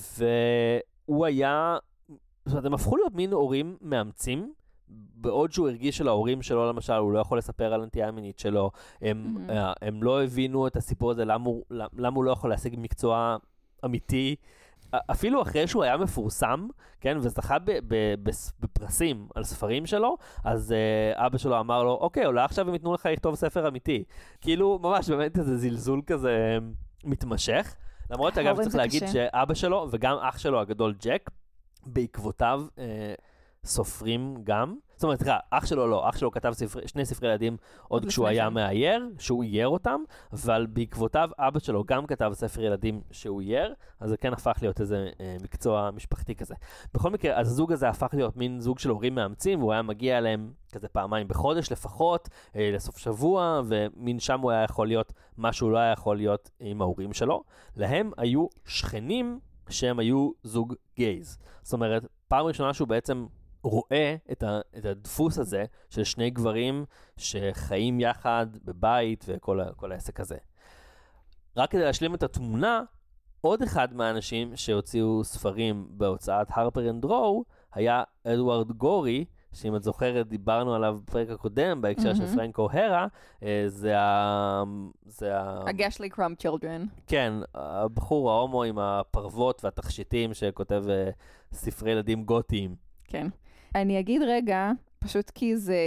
[SPEAKER 2] והוא היה, זאת אומרת, הם הפכו להיות מין הורים מאמצים, בעוד שהוא הרגיש שלהורים שלו, למשל, הוא לא יכול לספר על הנטייה המינית שלו, הם, mm-hmm. uh, הם לא הבינו את הסיפור הזה, למה הוא, למה הוא לא יכול להשיג מקצוע אמיתי, אפילו אחרי שהוא היה מפורסם, כן, וזכה ב- ב- ב- בפרסים על ספרים שלו, אז uh, אבא שלו אמר לו, אוקיי, אולי עכשיו הם ייתנו לך לכתוב ספר אמיתי. כאילו, ממש, באמת איזה זלזול כזה מתמשך. למרות, אגב, צריך להגיד קשה. שאבא שלו, וגם אח שלו הגדול ג'ק, בעקבותיו uh, סופרים גם. זאת אומרת, תראה, אח שלו לא, אח שלו כתב ספר, שני ספרי ילדים עוד כשהוא היה מאייר, שהוא אייר אותם, אבל בעקבותיו אבא שלו גם כתב ספר ילדים שהוא אייר, אז זה כן הפך להיות איזה אה, מקצוע משפחתי כזה. בכל מקרה, אז הזוג הזה הפך להיות מין זוג של הורים מאמצים, והוא היה מגיע אליהם כזה פעמיים בחודש לפחות, אה, לסוף שבוע, ומין שם הוא היה יכול להיות מה שהוא לא היה יכול להיות עם ההורים שלו. להם היו שכנים שהם היו זוג גייז. זאת אומרת, פעם ראשונה שהוא בעצם רואה את, ה, את הדפוס הזה של שני גברים שחיים יחד בבית וכל ה, כל העסק הזה. רק כדי להשלים את התמונה, עוד אחד מהאנשים שהוציאו ספרים בהוצאת הרפר אנד דרו היה אדוארד גורי, שאם את זוכרת דיברנו עליו בפרק הקודם בהקשר mm-hmm. של פרנקו הרה, זה ה... זה ה...
[SPEAKER 1] הגשלי קראם צ'ילדרן.
[SPEAKER 2] כן, הבחור ההומו עם הפרוות והתכשיטים שכותב ספרי ילדים גותיים.
[SPEAKER 1] כן. אני אגיד רגע, פשוט כי זה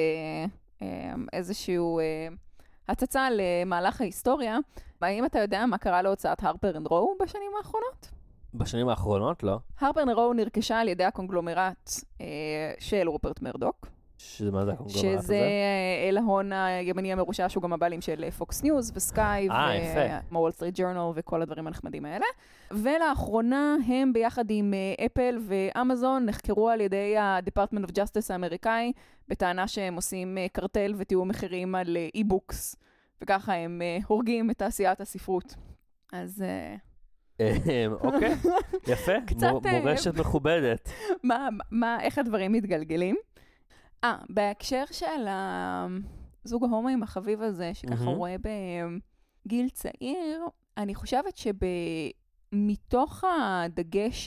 [SPEAKER 1] איזשהו הצצה למהלך ההיסטוריה, האם אתה יודע מה קרה להוצאת הרפר אנד דרו בשנים האחרונות?
[SPEAKER 2] בשנים האחרונות, לא.
[SPEAKER 1] הרפר אנד דרו נרכשה על ידי הקונגלומרט של רופרט מרדוק.
[SPEAKER 2] שזה מה זה הקונגלומרט הזה?
[SPEAKER 1] שזה אל ההון הימני המרושע, שהוא גם הבעלים של פוקס ניוז וסקאי ומוול סטריט ג'ורנל וכל הדברים הנחמדים האלה. ולאחרונה הם ביחד עם אפל ואמזון נחקרו על ידי ה-Department of Justice האמריקאי, בטענה שהם עושים קרטל ותיאום מחירים על אי-בוקס, וככה הם הורגים את תעשיית הספרות. אז...
[SPEAKER 2] אוקיי, יפה, מורשת מכובדת.
[SPEAKER 1] מה, איך הדברים מתגלגלים? אה, בהקשר של הזוג ההומואים החביב הזה, שככה רואה בגיל צעיר, אני חושבת שמתוך הדגש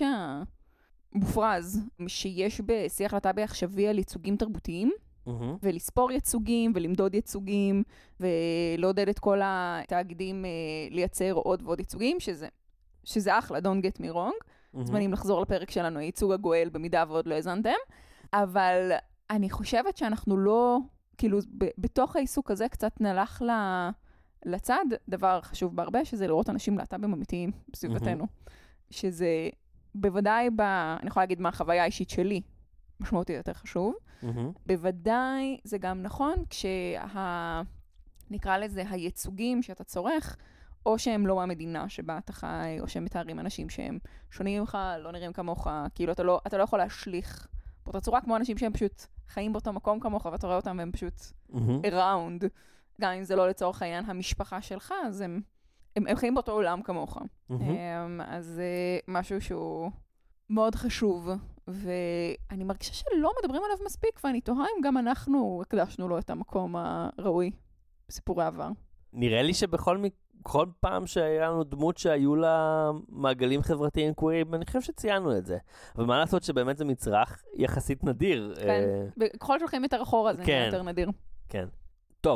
[SPEAKER 1] המופרז שיש בשיח לטאבי עכשווי על ייצוגים תרבותיים, ולספור ייצוגים ולמדוד ייצוגים, ולעודד את כל התאגידים לייצר עוד ועוד ייצוגים, שזה, שזה אחלה, don't get me wrong. זמנים לחזור לפרק שלנו, הייצוג הגואל, במידה ועוד לא הזנתם. אבל אני חושבת שאנחנו לא, כאילו, ב- בתוך העיסוק הזה קצת נלך ל- לצד, דבר חשוב בהרבה, שזה לראות אנשים להט"בים אמיתיים בסביבתנו. שזה בוודאי, ב- אני יכולה להגיד מה החוויה האישית שלי, משמעותי יותר חשוב. בוודאי זה גם נכון כשה... נקרא לזה הייצוגים שאתה צורך, או שהם לא מהמדינה שבה אתה חי, או שהם מתארים אנשים שהם שונים ממך, לא נראים כמוך, כאילו אתה לא, אתה לא יכול להשליך באותה צורה כמו אנשים שהם פשוט חיים באותו מקום כמוך, ואתה רואה אותם והם פשוט around. גם אם זה לא לצורך העניין המשפחה שלך, אז הם, הם, הם חיים באותו עולם כמוך. אז זה משהו שהוא מאוד חשוב, ואני מרגישה שלא מדברים עליו מספיק, ואני תוהה אם גם אנחנו הקדשנו לו את המקום הראוי בסיפורי עבר.
[SPEAKER 2] נראה לי שבכל מ... כל פעם שהיה לנו דמות שהיו לה מעגלים חברתיים קווירים, אני חושב שציינו את זה. אבל מה לעשות שבאמת זה מצרך יחסית נדיר.
[SPEAKER 1] כן, וככל שהולכים יותר אחורה זה יותר נדיר.
[SPEAKER 2] כן. טוב,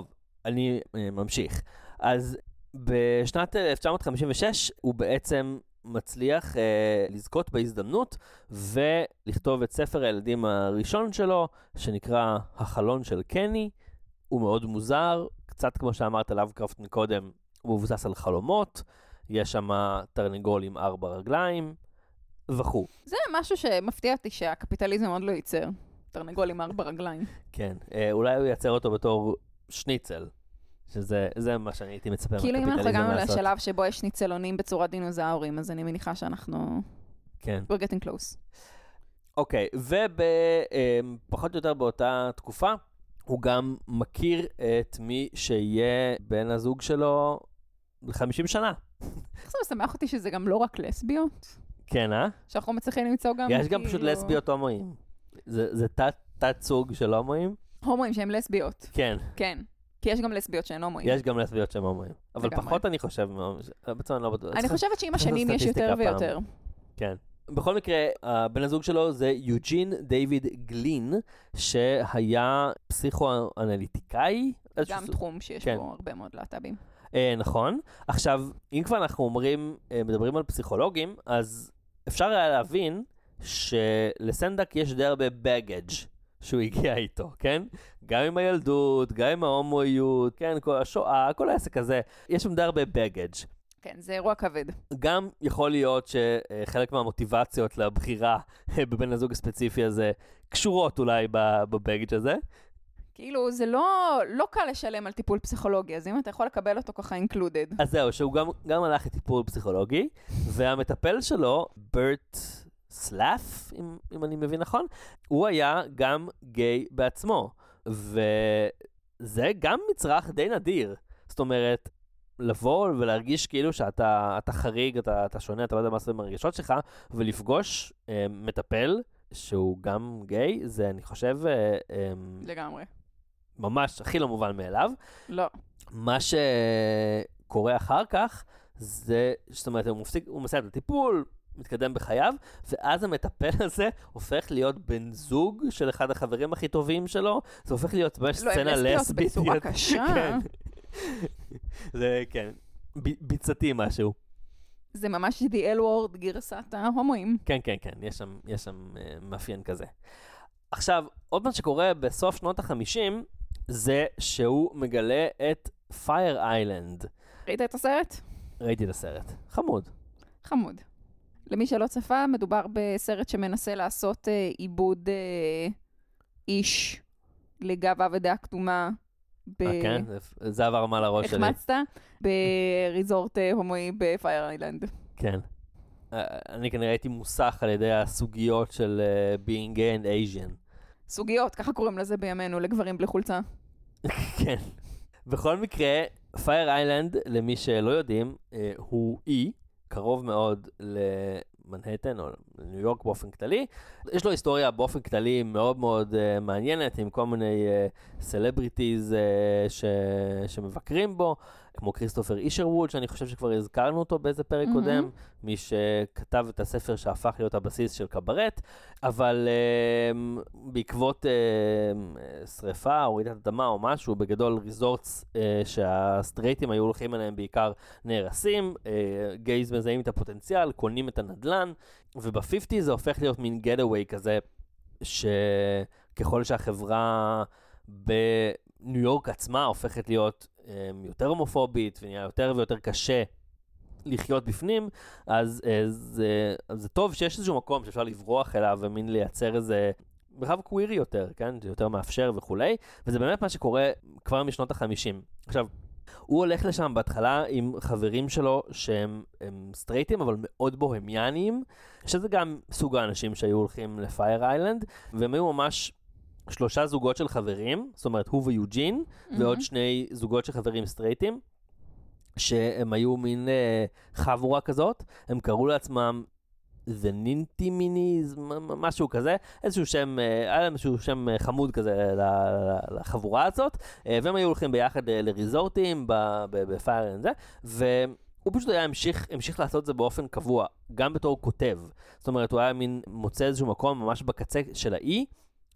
[SPEAKER 2] אני ממשיך. אז בשנת אלף תשע מאות חמישים ושש הוא בעצם מצליח אה, לזכות בהזדמנות ולכתוב את ספר הילדים הראשון שלו, שנקרא החלון של קני. הוא מאוד מוזר, קצת כמו שאמרת לאבקראפט מקודם, הוא מבוסס על חלומות, יש שם תרנגול עם ארבע רגליים וכו'.
[SPEAKER 1] זה משהו שמפתיע אותי שהקפיטליזם עוד לא ייצר, תרנגול עם ארבע רגליים.
[SPEAKER 2] כן, אה, אולי הוא ייצר אותו בתור שניצל. שזה זה מה שאני הייתי מצפה
[SPEAKER 1] כאילו אם
[SPEAKER 2] מהקפיטליזם
[SPEAKER 1] אנחנו
[SPEAKER 2] לעשות.
[SPEAKER 1] הגענו לשלב שבו יש שניצלונים בצורת דינוזאורים, אז אני מניחה שאנחנו...
[SPEAKER 2] כן.
[SPEAKER 1] We're getting close.
[SPEAKER 2] אוקיי, ובפחות או יותר באותה תקופה, הוא גם מכיר את מי שיהיה בן הזוג שלו ל-חמישים שנה.
[SPEAKER 1] איך זה משמח אותי שזה גם לא רק לסביות?
[SPEAKER 2] כן, אה?
[SPEAKER 1] שאנחנו מצליחים למצוא גם...
[SPEAKER 2] יש גם
[SPEAKER 1] כאילו...
[SPEAKER 2] פשוט לסביות הומואים. זה, זה תת, תת סוג של הומואים?
[SPEAKER 1] הומואים שהם לסביות.
[SPEAKER 2] כן.
[SPEAKER 1] כן. כי יש גם לסביות שהן הומואים.
[SPEAKER 2] יש גם לסביות שהן הומואים. אבל
[SPEAKER 1] לגמרי.
[SPEAKER 2] פחות אני חושב, בעצם אני לא בטוח.
[SPEAKER 1] אני חושבת שעם השנים יש יותר ויותר.
[SPEAKER 2] כן. בכל מקרה, הבן הזוג שלו זה יוג'ין דיוויד גלין, שהיה פסיכואנליטיקאי.
[SPEAKER 1] גם תחום שיש
[SPEAKER 2] כן.
[SPEAKER 1] בו הרבה מאוד להט"בים.
[SPEAKER 2] אה, נכון. עכשיו, אם כבר אנחנו אומרים, אה, מדברים על פסיכולוגים, אז אפשר היה להבין שלסנדק יש די הרבה baggage שהוא הגיע איתו, כן? גם עם הילדות, גם עם ההומואיות, כן, כל השואה, כל העסק הזה, יש שם די הרבה baggage.
[SPEAKER 1] כן, זה אירוע כבד.
[SPEAKER 2] גם יכול להיות שחלק מהמוטיבציות לבחירה בבן הזוג הספציפי הזה קשורות אולי בבגג' הזה.
[SPEAKER 1] כאילו, זה לא, לא קל לשלם על טיפול פסיכולוגי, אז אם אתה יכול לקבל אותו ככה included.
[SPEAKER 2] אז זהו, שהוא גם, גם הלך לטיפול פסיכולוגי, והמטפל שלו, ברט סלאף, אם, אם אני מבין נכון, הוא היה גם גיי בעצמו, וזה גם מצרך די נדיר. זאת אומרת, לבוא ולהרגיש כאילו שאתה אתה חריג, אתה, אתה שונה, אתה לא יודע מה עושה עם הרגשות שלך, ולפגוש אה, מטפל שהוא גם גיי, זה אני חושב... אה, אה,
[SPEAKER 1] לגמרי.
[SPEAKER 2] ממש הכי לא מובן מאליו.
[SPEAKER 1] לא.
[SPEAKER 2] מה שקורה אחר כך, זה, זאת אומרת, הוא מפסיק, הוא מסיים את הטיפול, מתקדם בחייו, ואז המטפל הזה הופך להיות בן זוג של אחד החברים הכי טובים שלו, זה הופך להיות ממש
[SPEAKER 1] לא,
[SPEAKER 2] סצנה
[SPEAKER 1] לסביות
[SPEAKER 2] לסבית.
[SPEAKER 1] בצורה קשה.
[SPEAKER 2] כן. זה, כן, ב- ביצתי משהו.
[SPEAKER 1] זה ממש The L word גרסת ההומואים.
[SPEAKER 2] כן, כן, כן, יש שם, יש שם uh, מאפיין כזה. עכשיו, עוד מה שקורה בסוף שנות ה-חמישים, זה שהוא מגלה את Fire Island.
[SPEAKER 1] ראית את הסרט?
[SPEAKER 2] ראיתי את הסרט. חמוד.
[SPEAKER 1] חמוד. למי שלא צפה, מדובר בסרט שמנסה לעשות אה, עיבוד אה, איש לגאווה ודעה קדומה. ב...
[SPEAKER 2] אה, כן? זה, זה עבר מה לראש שלי.
[SPEAKER 1] החמצת? בריזורט אה, הומואי בפייר איילנד.
[SPEAKER 2] כן. אה, אני כנראה הייתי מוסך על ידי הסוגיות של uh, being gay and Asian.
[SPEAKER 1] סוגיות, ככה קוראים לזה בימינו, לגברים בלי חולצה.
[SPEAKER 2] כן. בכל מקרה, פייר איילנד, למי שלא יודעים, אה, הוא אי, קרוב מאוד למנהטן או לניו יורק באופן כללי. יש לו היסטוריה באופן כללי מאוד מאוד uh, מעניינת, עם כל מיני סלבריטיז uh, uh, ש... שמבקרים בו, כמו כריסטופר אישרווד, שאני חושב שכבר הזכרנו אותו באיזה פרק mm-hmm. קודם, מי שכתב את הספר שהפך להיות הבסיס של קברט, אבל uh, בעקבות uh, שריפה או רעידת אדמה או משהו, בגדול ריזורטס uh, שהסטרייטים היו הולכים אליהם בעיקר נהרסים, uh, גייז מזהים את הפוטנציאל, קונים את הנדלן, וב-חמישים זה הופך להיות מין גט-אווי כזה, שככל שהחברה בניו יורק עצמה הופכת להיות um, יותר הומופובית, ונהיה יותר ויותר קשה לחיות בפנים, אז uh, זה, זה טוב שיש איזשהו מקום שאפשר לברוח אליו ומין לייצר איזה מרחב קווירי יותר, כן? זה יותר מאפשר וכולי, וזה באמת מה שקורה כבר משנות ה-חמישים. עכשיו, הוא הולך לשם בהתחלה עם חברים שלו שהם סטרייטים, אבל מאוד בוהמיאניים, שזה גם סוג האנשים שהיו הולכים לפייר איילנד, והם היו ממש שלושה זוגות של חברים, זאת אומרת, הוא ויוג'ין, mm-hmm. ועוד שני זוגות של חברים סטרייטים, שהם היו מין אה, חבורה כזאת, הם קראו לעצמם The Ninty-Minis, משהו כזה, איזשהו שם, היה להם איזשהו שם חמוד כזה לחבורה הזאת, והם היו הולכים ביחד לריזורטים בפייר איילנד זה, והוא פשוט היה המשיך, המשיך לעשות את זה באופן קבוע, גם בתור כותב. זאת אומרת, הוא היה מין מוצא איזשהו מקום ממש בקצה של האי,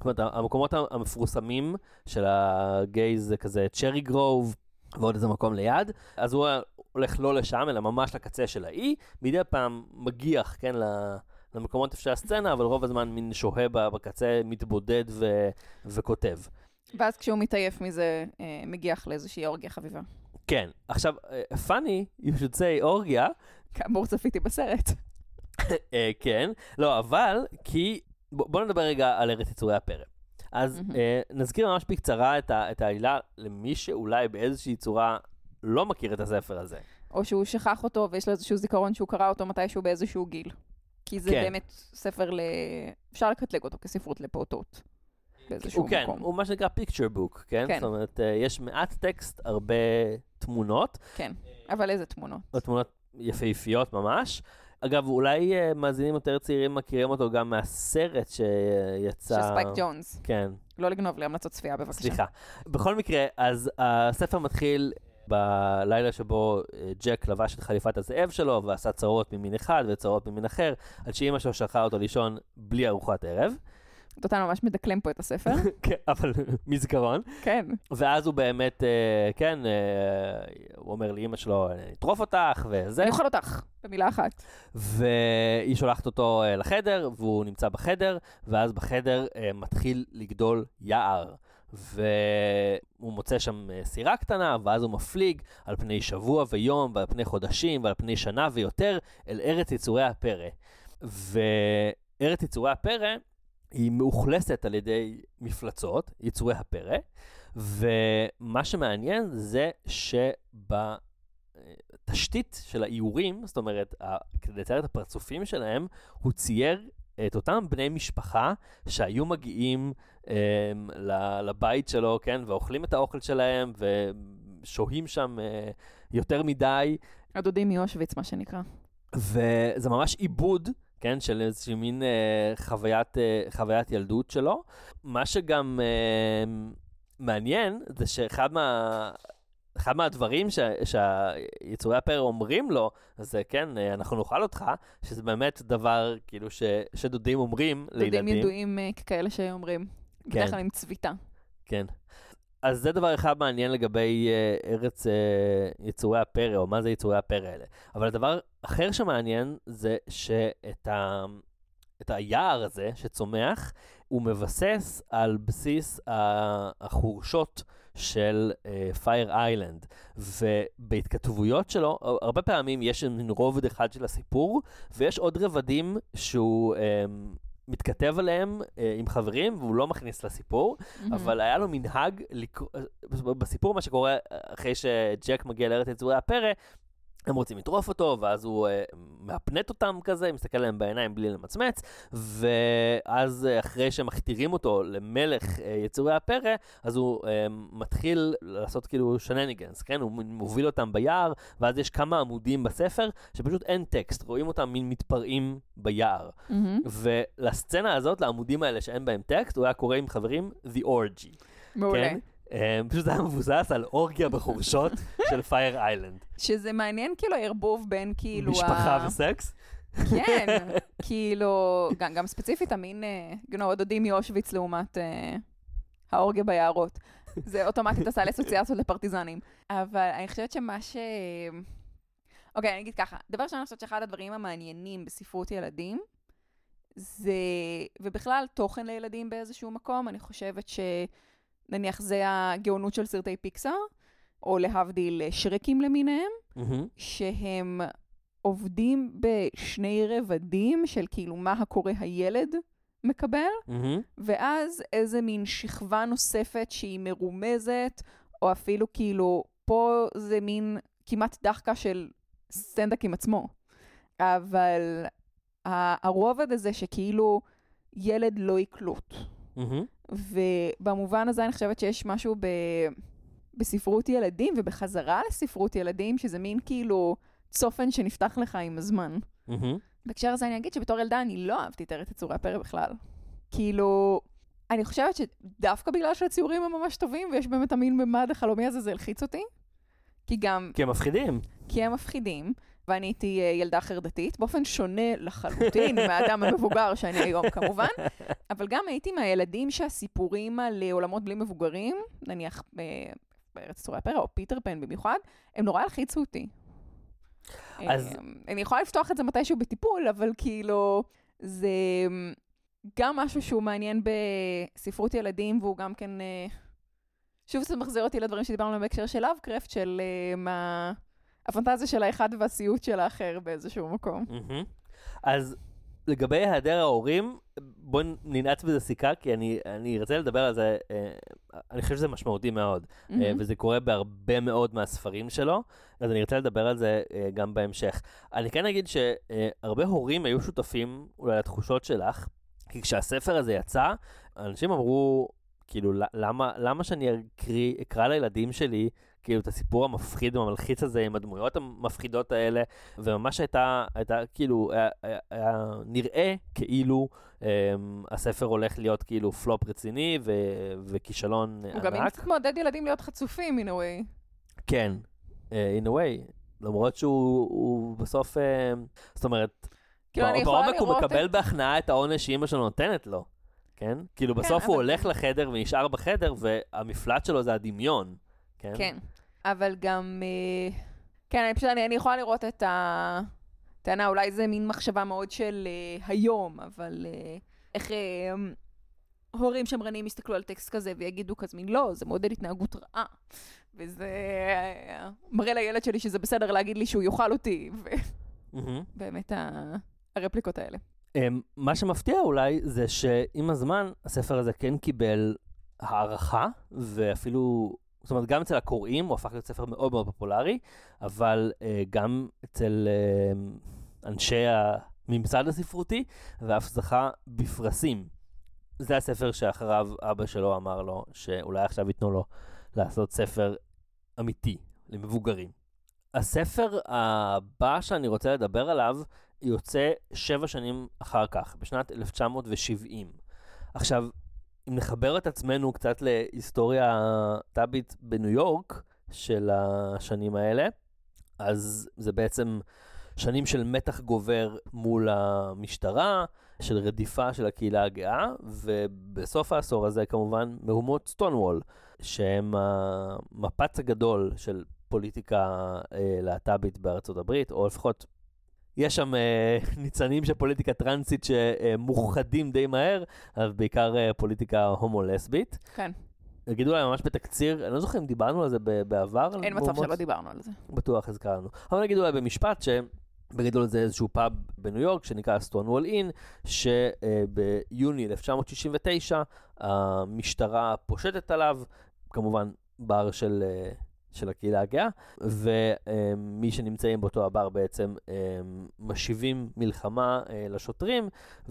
[SPEAKER 2] זאת אומרת, המקומות המפורסמים של הגייז זה כזה צ'רי גרוב, ועוד איזה מקום ליד, אז הוא הולך לא לשם, אלא ממש לקצה של האי, מדי פעם מגיח, כן, למקומות אפשר הסצנה, אבל רוב הזמן מין שוהה בקצה, מתבודד ו- וכותב.
[SPEAKER 1] ואז כשהוא מתעייף מזה, מגיח לאיזושהי אורגיה חביבה.
[SPEAKER 2] כן. עכשיו, funny, you should say אורגיה.
[SPEAKER 1] כאמור צפיתי בסרט.
[SPEAKER 2] כן. לא, אבל, כי, בוא נדבר רגע על ארץ יצורי הפרא. אז נזכיר ממש בקצרה את העלילה למי שאולי באיזושהי צורה לא מכיר את הספר הזה.
[SPEAKER 1] או שהוא שכח אותו ויש לו איזשהו זיכרון שהוא קרא אותו מתישהו באיזשהו גיל. כי זה
[SPEAKER 2] כן.
[SPEAKER 1] באמת ספר ל... אפשר לקטלג אותו כספרות לפעוטות. באיזשהו
[SPEAKER 2] הוא
[SPEAKER 1] מקום.
[SPEAKER 2] כן, הוא מה שנקרא picture book, כן?
[SPEAKER 1] כן.
[SPEAKER 2] זאת אומרת, יש מעט טקסט, הרבה תמונות.
[SPEAKER 1] כן, אבל איזה תמונות?
[SPEAKER 2] תמונות יפהפיות ממש. אגב, אולי uh, מאזינים יותר צעירים מכירים אותו גם מהסרט שיצא...
[SPEAKER 1] של ספייק ג'ונס.
[SPEAKER 2] כן.
[SPEAKER 1] לא לגנוב לי המלצות צפייה, בבקשה.
[SPEAKER 2] סליחה. בכל מקרה, אז הספר מתחיל בלילה שבו ג'ק לבש את חליפת הזאב שלו, ועשה צרות ממין אחד וצרות ממין אחר, עד שאמא שלו שלחה אותו לישון בלי ארוחת ערב.
[SPEAKER 1] דותן ממש מדקלם פה את הספר.
[SPEAKER 2] כן, אבל מזכרון.
[SPEAKER 1] כן.
[SPEAKER 2] ואז הוא באמת, כן, הוא אומר לאמא שלו, נטרוף אותך וזה.
[SPEAKER 1] אני אוכל אותך, במילה אחת.
[SPEAKER 2] והיא שולחת אותו לחדר, והוא נמצא בחדר, ואז בחדר מתחיל לגדול יער. והוא מוצא שם סירה קטנה, ואז הוא מפליג על פני שבוע ויום, ועל פני חודשים, ועל פני שנה ויותר, אל ארץ יצורי הפרא. וארץ יצורי הפרא היא מאוכלסת על ידי מפלצות, יצורי הפרא, ומה שמעניין זה שבתשתית של האיורים, זאת אומרת, כדי לצייר את הפרצופים שלהם, הוא צייר את אותם בני משפחה שהיו מגיעים um, לבית שלו, כן, ואוכלים את האוכל שלהם, ושוהים שם uh, יותר מדי.
[SPEAKER 1] הדודים מאושוויץ, מה שנקרא.
[SPEAKER 2] וזה ממש עיבוד, כן, של איזושהי מין uh, חוויית, uh, חוויית ילדות שלו. מה שגם uh, מעניין, זה שאחד מה... אחד מהדברים ש... שהיצורי הפרא אומרים לו, זה כן, אנחנו נאכל אותך, שזה באמת דבר כאילו ש... שדודים אומרים
[SPEAKER 1] דודים
[SPEAKER 2] לילדים.
[SPEAKER 1] דודים ידועים uh, כאלה שאומרים, כן. בדרך כלל עם צביטה.
[SPEAKER 2] כן. אז זה דבר אחד מעניין לגבי uh, ארץ uh, יצורי הפרא, או מה זה יצורי הפרא האלה. אבל הדבר אחר שמעניין זה שאת ה... את היער הזה שצומח, הוא מבסס על בסיס החורשות של פייר uh, איילנד, ובהתכתבויות שלו, הרבה פעמים יש רובד אחד של הסיפור, ויש עוד רבדים שהוא um, מתכתב עליהם uh, עם חברים, והוא לא מכניס לסיפור, mm-hmm. אבל היה לו מנהג, לקרוא, בסיפור מה שקורה אחרי שג'ק מגיע לארץ יצורי הפרא, הם רוצים לטרוף אותו, ואז הוא uh, מאפנט אותם כזה, מסתכל להם בעיניים בלי למצמץ, ואז uh, אחרי שמכתירים אותו למלך uh, יצורי הפרא, אז הוא uh, מתחיל לעשות כאילו שנניגנס, כן? הוא מוביל אותם ביער, ואז יש כמה עמודים בספר, שפשוט אין טקסט, רואים אותם מין מתפרעים ביער. Mm-hmm. ולסצנה הזאת, לעמודים האלה שאין בהם טקסט, הוא היה קורא עם חברים, The Orgy.
[SPEAKER 1] מעולה.
[SPEAKER 2] כן? פשוט זה היה מבוסס על אורגיה בחורשות של פייר איילנד.
[SPEAKER 1] שזה מעניין כאילו הערבוב בין כאילו...
[SPEAKER 2] משפחה וסקס?
[SPEAKER 1] כן, כאילו, גם ספציפית המין, דודים מאושוויץ לעומת האורגיה ביערות. זה אוטומטית עשה לאסוציאציות לפרטיזנים. אבל אני חושבת שמה ש... אוקיי, אני אגיד ככה. דבר שאני חושבת שאחד הדברים המעניינים בספרות ילדים, זה, ובכלל תוכן לילדים באיזשהו מקום, אני חושבת ש... נניח זה הגאונות של סרטי פיקסאר, או להבדיל שרקים למיניהם, mm-hmm. שהם עובדים בשני רבדים של כאילו מה הקורא הילד מקבל, mm-hmm. ואז איזה מין שכבה נוספת שהיא מרומזת, או אפילו כאילו פה זה מין כמעט דחקה של סטנדק עם עצמו. אבל הרובד הזה שכאילו ילד לא יקלוט. Mm-hmm. ובמובן הזה אני חושבת שיש משהו ב... בספרות ילדים ובחזרה לספרות ילדים, שזה מין כאילו צופן שנפתח לך עם הזמן. Mm-hmm. בהקשר הזה אני אגיד שבתור ילדה אני לא אהבתי את ארץ יצורי הפרא בכלל. כאילו, אני חושבת שדווקא בגלל שהציורים הם ממש טובים, ויש באמת המין ממד החלומי הזה, זה הלחיץ אותי. כי גם...
[SPEAKER 2] כי הם מפחידים.
[SPEAKER 1] כי הם מפחידים, ואני הייתי ילדה חרדתית, באופן שונה לחלוטין מהאדם המבוגר שאני היום כמובן, אבל גם הייתי מהילדים שהסיפורים על עולמות בלי מבוגרים, נניח בארץ צורי הפרא או פיטר פן במיוחד, הם נורא הלחיצו אותי. אז... אני יכולה לפתוח את זה מתישהו בטיפול, אבל כאילו זה גם משהו שהוא מעניין בספרות ילדים, והוא גם כן, שוב זה מחזיר אותי לדברים שדיברנו בהקשר של לאבקראפט, של מה... הפנטזיה של האחד והסיוט של האחר באיזשהו מקום.
[SPEAKER 2] אז לגבי היעדר ההורים, בואו ננעץ בזה סיכה, כי אני, אני רוצה לדבר על זה, אני חושב שזה משמעותי מאוד, וזה קורה בהרבה מאוד מהספרים שלו, אז אני רוצה לדבר על זה גם בהמשך. אני כן אגיד שהרבה הורים היו שותפים אולי לתחושות שלך, כי כשהספר הזה יצא, אנשים אמרו, כאילו, למה, למה שאני אקריא, אקרא לילדים שלי, כאילו, את הסיפור המפחיד והמלחיץ הזה, עם הדמויות המפחידות האלה, וממש הייתה, הייתה כאילו, היה, היה, היה נראה כאילו, um, הספר הולך להיות כאילו פלופ רציני, ו, וכישלון ענק.
[SPEAKER 1] הוא גם קצת מעודד ילדים להיות חצופים, in a way.
[SPEAKER 2] כן, uh, in a way, למרות שהוא בסוף, uh, זאת אומרת, כאילו, בעומק הוא מקבל את... בהכנעה את העונש שאמא שלו נותנת לו, כן? כאילו, כן, בסוף אבל... הוא הולך לחדר ונשאר בחדר, והמפלט שלו זה הדמיון. כן.
[SPEAKER 1] כן, אבל גם, כן, אני פשוט, אני, אני יכולה לראות את הטענה, אולי זה מין מחשבה מאוד של היום, אבל איך הורים שמרנים יסתכלו על טקסט כזה ויגידו כזה מין, לא, זה מודל התנהגות רעה, וזה מראה לילד שלי שזה בסדר להגיד לי שהוא יאכל אותי, ובאמת הרפליקות האלה.
[SPEAKER 2] מה שמפתיע אולי זה שעם הזמן הספר הזה כן קיבל הערכה, ואפילו... זאת אומרת, גם אצל הקוראים הוא הפך להיות ספר מאוד מאוד פופולרי, אבל uh, גם אצל uh, אנשי הממסד הספרותי, ואף זכה בפרסים. זה הספר שאחריו אבא שלו אמר לו, שאולי עכשיו ייתנו לו לעשות ספר אמיתי, למבוגרים. הספר הבא שאני רוצה לדבר עליו, יוצא שבע שנים אחר כך, בשנת אלף תשע מאות שבעים. עכשיו, אם נחבר את עצמנו קצת להיסטוריה טאבית בניו יורק של השנים האלה, אז זה בעצם שנים של מתח גובר מול המשטרה, של רדיפה של הקהילה הגאה, ובסוף העשור הזה כמובן מהומות סטונוול, שהם המפץ הגדול של פוליטיקה להט"בית בארצות הברית, או לפחות יש שם uh, ניצנים של פוליטיקה טרנסית שמוחדים די מהר, אבל בעיקר uh, פוליטיקה הומו-לסבית.
[SPEAKER 1] כן.
[SPEAKER 2] הגידו להם ממש בתקציר, אני לא זוכר אם דיברנו על זה בעבר.
[SPEAKER 1] אין מצב שלא דיברנו על זה.
[SPEAKER 2] בטוח הזכרנו. אבל הגידו להם במשפט שבגדול זה איזשהו פאב בניו יורק שנקרא סטונוול אין, שביוני אלף תשע מאות שישים ותשע המשטרה פושטת עליו, כמובן בר של... של הקהילה הגאה, ומי שנמצאים באותו הבר בעצם משיבים מלחמה לשוטרים,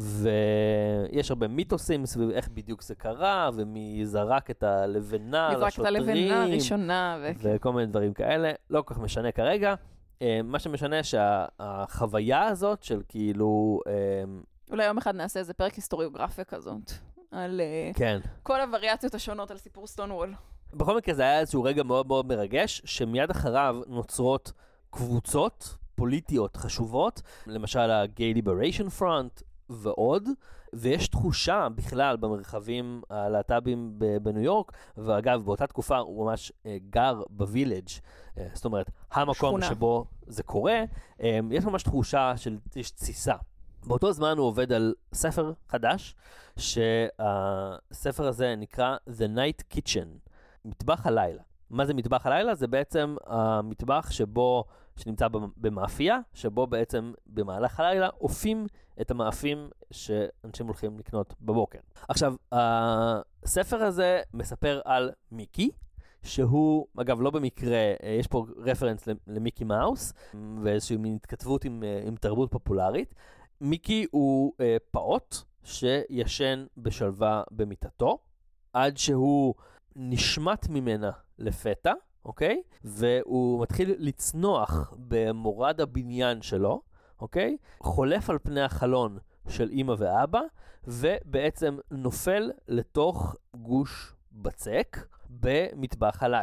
[SPEAKER 2] ויש הרבה מיתוסים סביב איך בדיוק זה קרה, ומי זרק את הלבנה לשוטרים.
[SPEAKER 1] מזרק את הלבנה הראשונה.
[SPEAKER 2] וכל מיני דברים כאלה, לא כל כך משנה כרגע. מה שמשנה שהחוויה הזאת של כאילו...
[SPEAKER 1] אולי יום אחד נעשה איזה פרק היסטוריוגרפיה כזאת, על כל הווריאציות השונות על סיפור סטונוול.
[SPEAKER 2] בכל מקרה זה היה איזשהו רגע מאוד מאוד מרגש, שמיד אחריו נוצרות קבוצות פוליטיות חשובות, למשל ה-Gay Liberation Front ועוד, ויש תחושה בכלל במרחבים הלהט"בים בניו יורק, ואגב באותה תקופה הוא ממש גר בווילג', זאת אומרת, המקום שכונה. שבו זה קורה, יש ממש תחושה של יש תסיסה. באותו זמן הוא עובד על ספר חדש, שהספר הזה נקרא The Night Kitchen, מטבח הלילה. מה זה מטבח הלילה? זה בעצם המטבח שבו, שנמצא במאפייה, שבו בעצם במהלך הלילה אופים את המאפים שאנשים הולכים לקנות בבוקר. עכשיו, הספר הזה מספר על מיקי, שהוא, אגב, לא במקרה, יש פה רפרנס למיקי מאוס, ואיזושהי מין התכתבות עם, עם תרבות פופולרית. מיקי הוא פעוט שישן בשלווה במיטתו, עד שהוא נשמט ממנה לפתע, אוקיי? והוא מתחיל לצנוח במורד הבניין שלו, אוקיי? חולף על פני החלון של אמא ואבא, ובעצם נופל לתוך גוש בצק במטבח הלילה.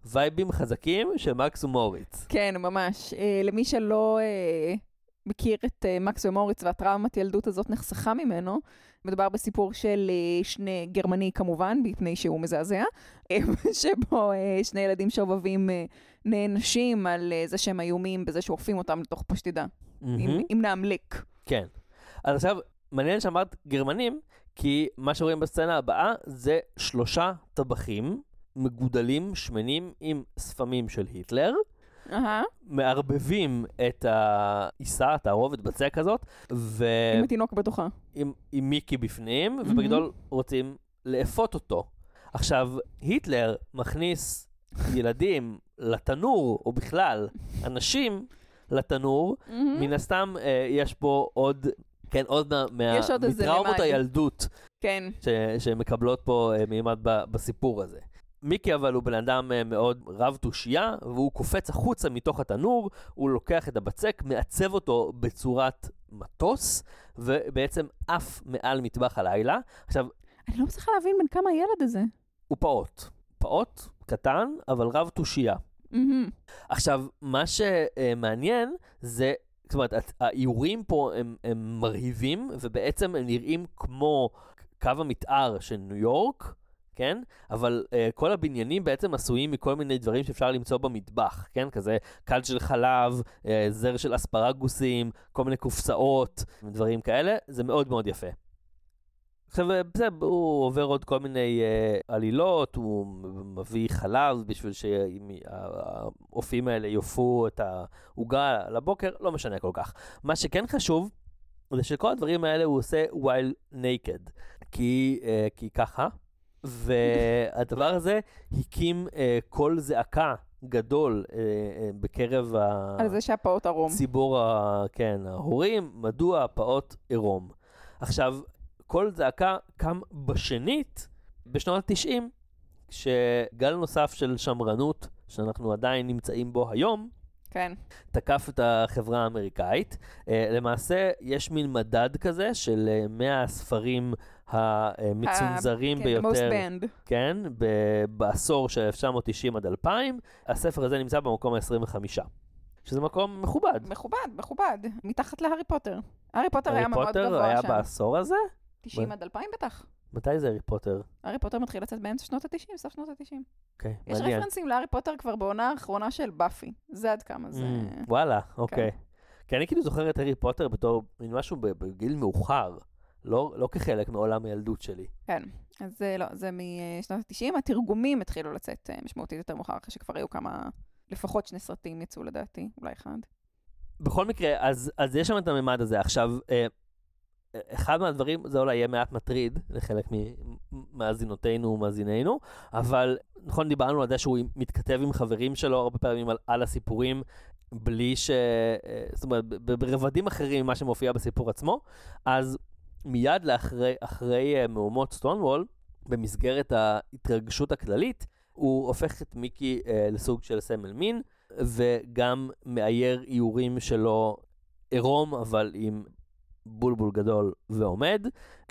[SPEAKER 2] וייבים חזקים של מקס ומוריץ.
[SPEAKER 1] כן, ממש. אה, למי שלא אה, מכיר את אה, מקס ומוריץ והטראומת ילדות הזאת נחסכה ממנו, מדובר בסיפור של אה, שני גרמני כמובן, מפני שהוא מזעזע, אה, שבו אה, שני ילדים שובבים אה, נענשים על אה, זה שהם איומים בזה שעורפים אותם לתוך פשטידה,
[SPEAKER 2] Mm-hmm.
[SPEAKER 1] עם, עם נעמלק.
[SPEAKER 2] כן. אז עכשיו, מעניין שאמרת גרמנים, כי מה שרואים בסצנה הבאה זה שלושה טבחים מגודלים, שמנים, עם ספמים של היטלר,
[SPEAKER 1] אהה.
[SPEAKER 2] מערבבים את העיסה, את הערובת בצק הזאת, ו...
[SPEAKER 1] עם התינוק בתוכה.
[SPEAKER 2] עם, עם מיקי בפנים,
[SPEAKER 1] Mhm.
[SPEAKER 2] ובגדול רוצים לאפות אותו. עכשיו, היטלר מכניס ילדים לתנור, או בכלל, אנשים לתנור,
[SPEAKER 1] Mhm.
[SPEAKER 2] מן הסתם אה, יש פה עוד, כן, עוד מה,
[SPEAKER 1] יש עוד איזה
[SPEAKER 2] מטראומות
[SPEAKER 1] ממד.
[SPEAKER 2] הילדות
[SPEAKER 1] כן.
[SPEAKER 2] ש, שמקבלות פה אה, מימד ב, בסיפור הזה. מיקי אבל הוא בן אדם אה, מאוד רב תושייה, והוא קופץ החוצה מתוך התנור, הוא לוקח את הבצק, מעצב אותו בצורת מטוס, ובעצם עף מעל מטבח הלילה. עכשיו,
[SPEAKER 1] אני לא מצליחה להבין בין כמה הילד הזה.
[SPEAKER 2] הוא פעוט. פעוט קטן, אבל רב תושייה.
[SPEAKER 1] מהמם.
[SPEAKER 2] עכשיו, מה שמעניין זה, זאת אומרת, האיורים פה הם, הם מרהיבים, ובעצם הם נראים כמו קו המתאר של ניו יורק, כן? אבל uh, כל הבניינים בעצם עשויים מכל מיני דברים שאפשר למצוא במטבח, כן? כזה קל של חלב, uh, זר של אספרגוסים, כל מיני קופסאות, דברים כאלה. זה מאוד מאוד יפה. עכשיו, זה, הוא עובר עוד כל מיני uh, עלילות, הוא מביא חלב בשביל שהאופים האלה יופו את העוגה לבוקר, לא משנה כל כך. מה שכן חשוב, זה שכל הדברים האלה הוא עושה while naked, כי, uh, כי ככה, והדבר הזה הקים uh, קול זעקה גדול uh, uh, בקרב
[SPEAKER 1] על זה שהפעוט ערום.
[SPEAKER 2] הציבור, ה, כן, ההורים, מדוע הפעוט עירום. עכשיו, קול זעקה קם בשנית בשנות ה-תשעים, כשגל נוסף של שמרנות, שאנחנו עדיין נמצאים בו היום,
[SPEAKER 1] כן.
[SPEAKER 2] תקף את החברה האמריקאית. Uh, למעשה, יש מין מדד כזה של uh, מאה הספרים המצונזרים
[SPEAKER 1] כן,
[SPEAKER 2] ביותר.
[SPEAKER 1] most banned.
[SPEAKER 2] כן, ב- בעשור של אלף תשע מאות תשעים עד אלפיים. הספר הזה נמצא במקום ה-עשרים וחמישה. שזה מקום מכובד.
[SPEAKER 1] מכובד, מכובד. מתחת להארי פוטר. הארי פוטר היה
[SPEAKER 2] הארי
[SPEAKER 1] מאוד
[SPEAKER 2] פוטר
[SPEAKER 1] גבוה
[SPEAKER 2] היה
[SPEAKER 1] שם.
[SPEAKER 2] בעשור הזה?
[SPEAKER 1] תשעים עד אלפיים בטח.
[SPEAKER 2] מתי זה הארי פוטר?
[SPEAKER 1] הארי פוטר מתחיל לצאת באמצע שנות ה-תשעים, סוף שנות ה-תשעים.
[SPEAKER 2] אוקיי,
[SPEAKER 1] יש
[SPEAKER 2] מעניין.
[SPEAKER 1] רפרנסים להארי פוטר כבר בעונה האחרונה של באפי. זה עד כמה זה...
[SPEAKER 2] Mm, וואלה, אוקיי. כי אני כאילו זוכר את הארי פוטר בתור מין משהו בגיל מאוחר, לא לא כחלק מעולם הילדות שלי.
[SPEAKER 1] כן. אז זה לא, זה משנות ה-תשעים. התרגומים התחילו לצאת אה, משמעותית יותר מאוחר, אחרי שכבר היו כמה, לפחות שני סרטים יצאו לדעתי, אולי אחד.
[SPEAKER 2] בכל מקרה, אז, אז יש שם את הממד הזה. עכשיו, אה, אחד מהדברים, זה אולי יהיה מעט מטריד לחלק ממאזינותינו ומאזיננו, אבל נכון, דיברנו על זה שהוא מתכתב עם חברים שלו הרבה פעמים על, על הסיפורים, בלי ש... זאת אומרת, ברבדים אחרים ממה שמופיע בסיפור עצמו, אז מיד לאחרי אחרי מהומות סטונוול, במסגרת ההתרגשות הכללית, הוא הופך את מיקי אה, לסוג של סמל מין, וגם מאייר איורים שלו עירום, אבל עם בולבול גדול ועומד,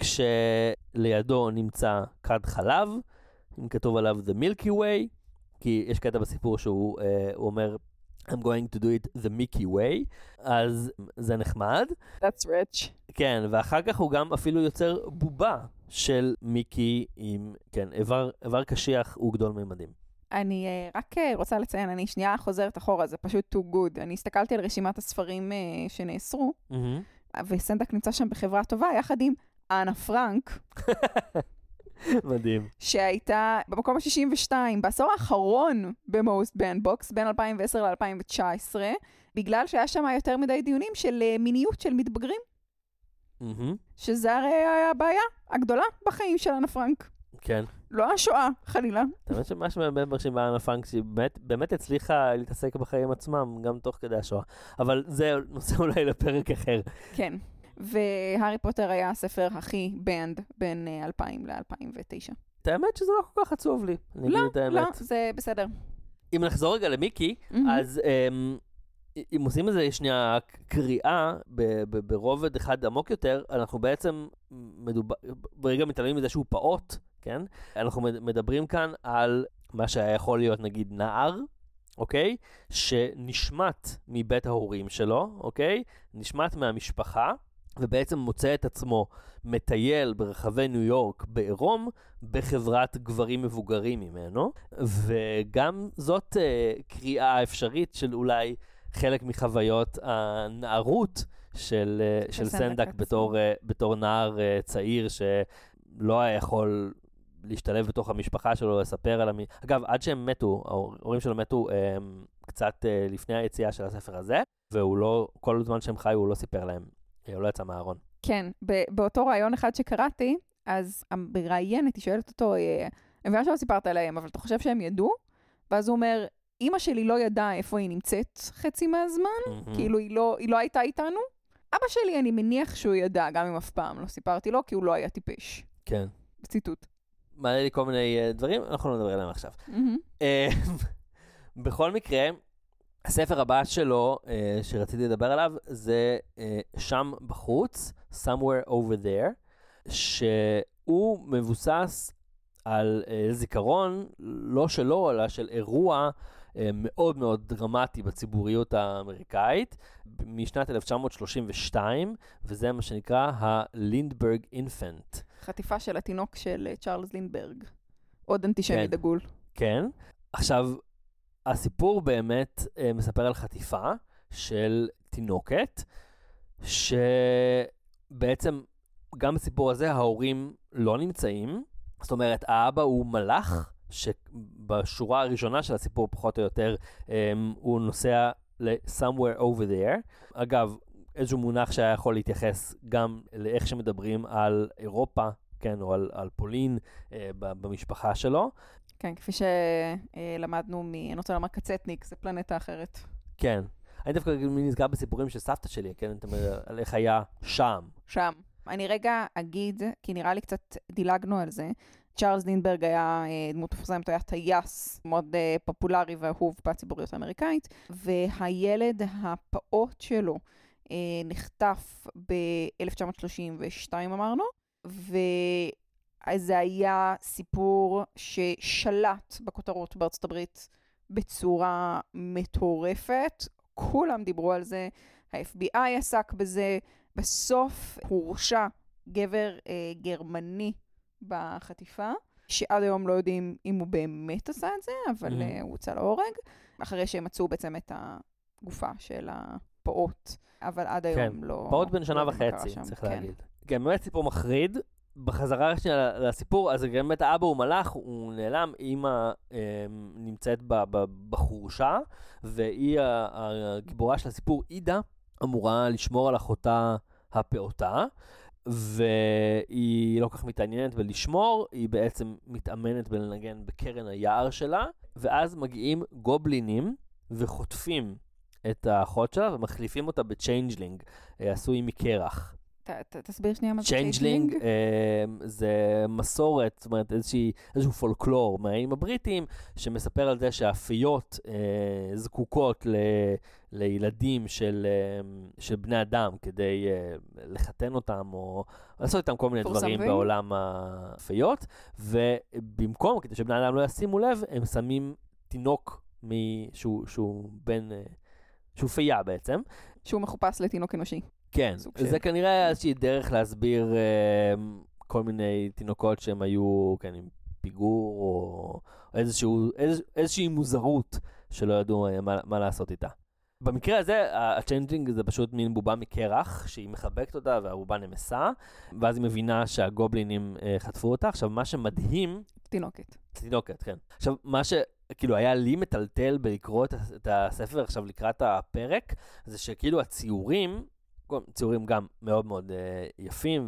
[SPEAKER 2] כשלידו נמצא כד חלב, אם כתוב עליו The Milky Way, כי יש קטע בסיפור שהוא אה, הוא אומר, I'm going to do it the Mickey way, אז זה נחמד.
[SPEAKER 1] That's rich.
[SPEAKER 2] כן, ואחר כך הוא גם אפילו יוצר בובה של מיקי עם, כן, איבר, איבר קשיח וגדול ממדים.
[SPEAKER 1] אני uh, רק uh, רוצה לציין, אני שנייה חוזרת אחורה, זה פשוט too good. אני הסתכלתי על רשימת הספרים uh, שנאסרו,
[SPEAKER 2] Mm-hmm.
[SPEAKER 1] וסנדק נמצא שם בחברה טובה, יחד עם אנה פרנק,
[SPEAKER 2] מדהים.
[SPEAKER 1] שהייתה במקום ה-שישים ושתיים, בעשור האחרון במוסט בנדבוקס, בין אלפיים ועשר ל-אלפיים תשע עשרה, בגלל שהיה שם יותר מדי דיונים של uh, מיניות של מתבגרים,
[SPEAKER 2] Mm-hmm.
[SPEAKER 1] שזה הרי היה הבעיה הגדולה בחיים של אנה פרנק.
[SPEAKER 2] כן.
[SPEAKER 1] לא השואה, חלילה.
[SPEAKER 2] אתה מבין שמה שבאמת מרשים באנה פרנק, שהיא באמת, באמת הצליחה להתעסק בחיים עצמם, גם תוך כדי השואה. אבל זה נושא אולי לפרק אחר.
[SPEAKER 1] כן. והארי פוטר היה הספר הכי בנד בין uh, אלפיים ל-אלפיים ותשע.
[SPEAKER 2] את האמת שזה לא כל כך עצוב לי. אני
[SPEAKER 1] לא,
[SPEAKER 2] אגיד את האמת.
[SPEAKER 1] לא, זה בסדר.
[SPEAKER 2] אם נחזור רגע למיקי,
[SPEAKER 1] Mhm.
[SPEAKER 2] אז um, אם עושים איזה שנייה קריאה ב- ב- ברובד אחד עמוק יותר, אנחנו בעצם מדובר, ברגע מתעלמים מזה שהוא פעוט, כן? אנחנו מדברים כאן על מה שהיה יכול להיות נגיד נער, אוקיי? שנשמט מבית ההורים שלו, אוקיי? נשמט מהמשפחה, ובעצם מוצא את עצמו מטייל ברחבי ניו יורק בעירום, בחברת גברים מבוגרים ממנו, וגם זאת uh, קריאה אפשרית של אולי חלק מחוויות הנערות של, uh, של סנדק בתור, uh, בתור נער uh, צעיר שלא היה יכול להשתלב בתוך המשפחה שלו, לספר על המי... אגב, עד שהם מתו, ההורים שלו מתו um, קצת uh, לפני היציאה של הספר הזה, והוא לא, כל הזמן שהם חיו הוא לא סיפר להם, הוא לא יצא מהארון.
[SPEAKER 1] כן, באותו רעיון אחד שקראתי, אז המראיינת, היא שואלת אותו, אני מבינה שלא סיפרת עליהם, אבל אתה חושב שהם ידעו? ואז הוא אומר, אמא שלי לא ידעה איפה היא נמצאת חצי מהזמן, כאילו היא לא, היא לא הייתה איתנו. אבא שלי, אני מניח שהוא ידע, גם אם אף פעם לא סיפרתי לו, כי הוא לא היה טיפש.
[SPEAKER 2] כן.
[SPEAKER 1] ציטוט.
[SPEAKER 2] מעלה לי כל מיני דברים, אנחנו לא נדבר עליהם עכשיו. בכל מקרה, הספר הבא שלו, uh, שרציתי לדבר עליו, זה uh, שם בחוץ, Somewhere Over There, שהוא מבוסס על uh, זיכרון, לא שלו, אלא של אירוע uh, מאוד מאוד דרמטי בציבוריות האמריקאית, משנת אלף תשע מאות שלושים ושתיים, וזה מה שנקרא הלינדברג אינפנט.
[SPEAKER 1] חטיפה של התינוק של צ'ארלס לינדברג. עוד אנטישמי
[SPEAKER 2] כן.
[SPEAKER 1] דגול.
[SPEAKER 2] כן. עכשיו, הסיפור באמת uh, מספר על חטיפה של תינוקת, שבעצם גם בסיפור הזה ההורים לא נמצאים, זאת אומרת, האבא הוא מלאך, שבשורה הראשונה של הסיפור פחות או יותר, um, הוא נוסע ל-somewhere over there. אגב, איזשהו מונח שהיה יכול להתייחס גם לאיך שמדברים על אירופה, כן, או על, על פולין uh, במשפחה שלו.
[SPEAKER 1] כן, כפי שלמדנו מ... אני רוצה לומר קצטניק, זה פלנטה אחרת.
[SPEAKER 2] כן. אני דווקא נזכר בסיפורים של סבתא שלי, כן? אתה אומר, על איך היה שם.
[SPEAKER 1] שם. אני רגע אגיד, כי נראה לי קצת דילגנו על זה, צ'ארלס לינדברג היה דמות מפורסמת, היה טייס מאוד פופולרי ואהוב בציבוריות האמריקאית, והילד הפעוט שלו נחטף ב-אלף תשע מאות שלושים ושתיים אמרנו, ו... אז זה היה סיפור ששלט בכותרות בארצות הברית בצורה מטורפת. כולם דיברו על זה, ה-אף בי איי עסק בזה. בסוף הורשע גבר אה, גרמני בחטיפה, שעד היום לא יודעים אם הוא באמת עשה את זה, אבל mm-hmm. אה, הוא הוצא להורג, אחרי שהם מצאו בעצם את הגופה של הפעוט, אבל עד היום
[SPEAKER 2] כן.
[SPEAKER 1] לא...
[SPEAKER 2] פעוט בן שנה
[SPEAKER 1] לא
[SPEAKER 2] וחצי,
[SPEAKER 1] שם.
[SPEAKER 2] צריך
[SPEAKER 1] כן. להגיד.
[SPEAKER 2] כן, באמת סיפור מחריד. בחזרה שנייה לסיפור, אז באמת האבא הוא מלאך, הוא נעלם, אמא אה, נמצאת בחורשה, והיא הגיבורה של הסיפור, אידה, אמורה לשמור על אחותה הפעוטה, והיא לא כך מתעניינת בלשמור, היא בעצם מתאמנת בלנגן בקרן היער שלה, ואז מגיעים גובלינים וחוטפים את האחות שלה, ומחליפים אותה בצ'יינג'לינג, עשוי מקרח.
[SPEAKER 1] תסביר שנייה מה זה
[SPEAKER 2] צ'יינג'לינג. זה מסורת, זאת אומרת איזשהו פולקלור מהאיים הבריטים, שמספר על זה שהאפיות זקוקות לילדים של בני אדם, כדי לחתן אותם, או לעשות איתם כל מיני דברים בעולם האפיות, ובמקום, כדי שבני אדם לא ישימו לב, הם שמים תינוק שהוא בן, שהוא פייה בעצם.
[SPEAKER 1] שהוא מחופש לתינוק אנושי.
[SPEAKER 2] כן, זה כנראה איזושהי דרך להסביר uh, כל מיני תינוקות שהם היו כן, עם פיגור או איזשהו, איז, איזושהי מוזרות שלא ידעו uh, מה, מה לעשות איתה. במקרה הזה, הצ'יינג'לינג זה פשוט מין בובה מקרח, שהיא מחבקת אותה והבובה נמסה, ואז היא מבינה שהגובלינים uh, חטפו אותה. עכשיו, מה שמדהים...
[SPEAKER 1] תינוקת.
[SPEAKER 2] תינוקת, כן. עכשיו, מה ש... כאילו היה לי מטלטל בלקרוא את הספר עכשיו לקראת הפרק, זה שכאילו הציורים, ציורים גם מאוד מאוד uh, יפים,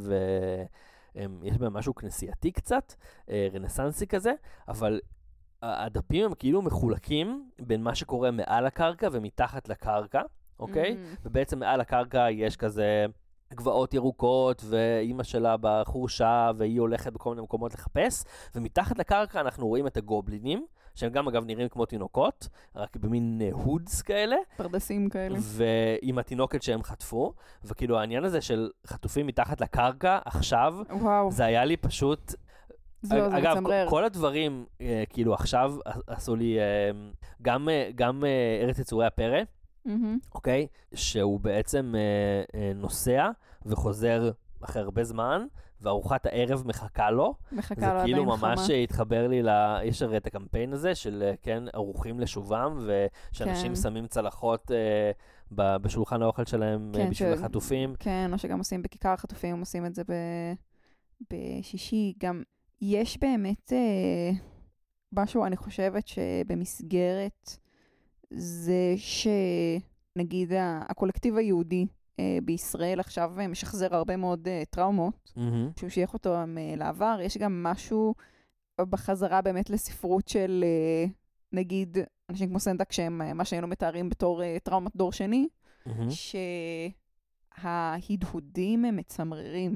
[SPEAKER 2] ויש בהם משהו כנסייתי קצת, uh, רנסנסי כזה, אבל הדפים הם כאילו מחולקים בין מה שקורה מעל הקרקע ומתחת לקרקע, אוקיי? Mm-hmm. ובעצם מעל הקרקע יש כזה גבעות ירוקות, ואימא שלה בחורשה, והיא הולכת בכל מיני מקומות לחפש, ומתחת לקרקע אנחנו רואים את הגובלינים, שהם גם אגב נראים כמו תינוקות, רק במין הודס כאלה.
[SPEAKER 1] פרדסים כאלה.
[SPEAKER 2] ועם התינוקת שהם חטפו, וכאילו העניין הזה של חטופים מתחת לקרקע עכשיו,
[SPEAKER 1] וואו.
[SPEAKER 2] זה היה לי פשוט,
[SPEAKER 1] זה לא, זה
[SPEAKER 2] אגב,
[SPEAKER 1] מצמרר.
[SPEAKER 2] כל הדברים, אה, כאילו עכשיו עשו לי, אה, גם, אה, גם אה, ארץ יצורי הפרא,
[SPEAKER 1] מהמם.
[SPEAKER 2] אוקיי? שהוא בעצם אה, אה, נוסע וחוזר אחרי הרבה זמן, וארוחת הערב מחכה לו.
[SPEAKER 1] מחכה
[SPEAKER 2] זה
[SPEAKER 1] לו עדיין
[SPEAKER 2] כאילו
[SPEAKER 1] חמה.
[SPEAKER 2] ממש התחבר לי, ל... יש הרי את הקמפיין הזה של, אה, כן, ערוכים לשובם, ושאנשים
[SPEAKER 1] כן.
[SPEAKER 2] שמים צלחות אה, ב- בשולחן האוכל שלהם אה,
[SPEAKER 1] כן,
[SPEAKER 2] בשביל
[SPEAKER 1] ש-
[SPEAKER 2] החטופים.
[SPEAKER 1] כן, או שגם עושים בכיכר החטופים, עושים את זה ב... בשישי. גם יש באמת אה, משהו, אני חושבת שבמסגרת זה שנגיד ה- הקולקטיב היהודי אה, בישראל עכשיו אה, משחזר הרבה מאוד אה, טראומות,
[SPEAKER 2] מהמם.
[SPEAKER 1] שהוא שייך אותו אה, לעבר. יש גם משהו בחזרה באמת לספרות של אה, נגיד אנשים כמו סנדק, שהם אה, מה שהיינו מתארים בתור אה, טראומת דור שני,
[SPEAKER 2] מהמם.
[SPEAKER 1] שההדהודים הם מצמררים,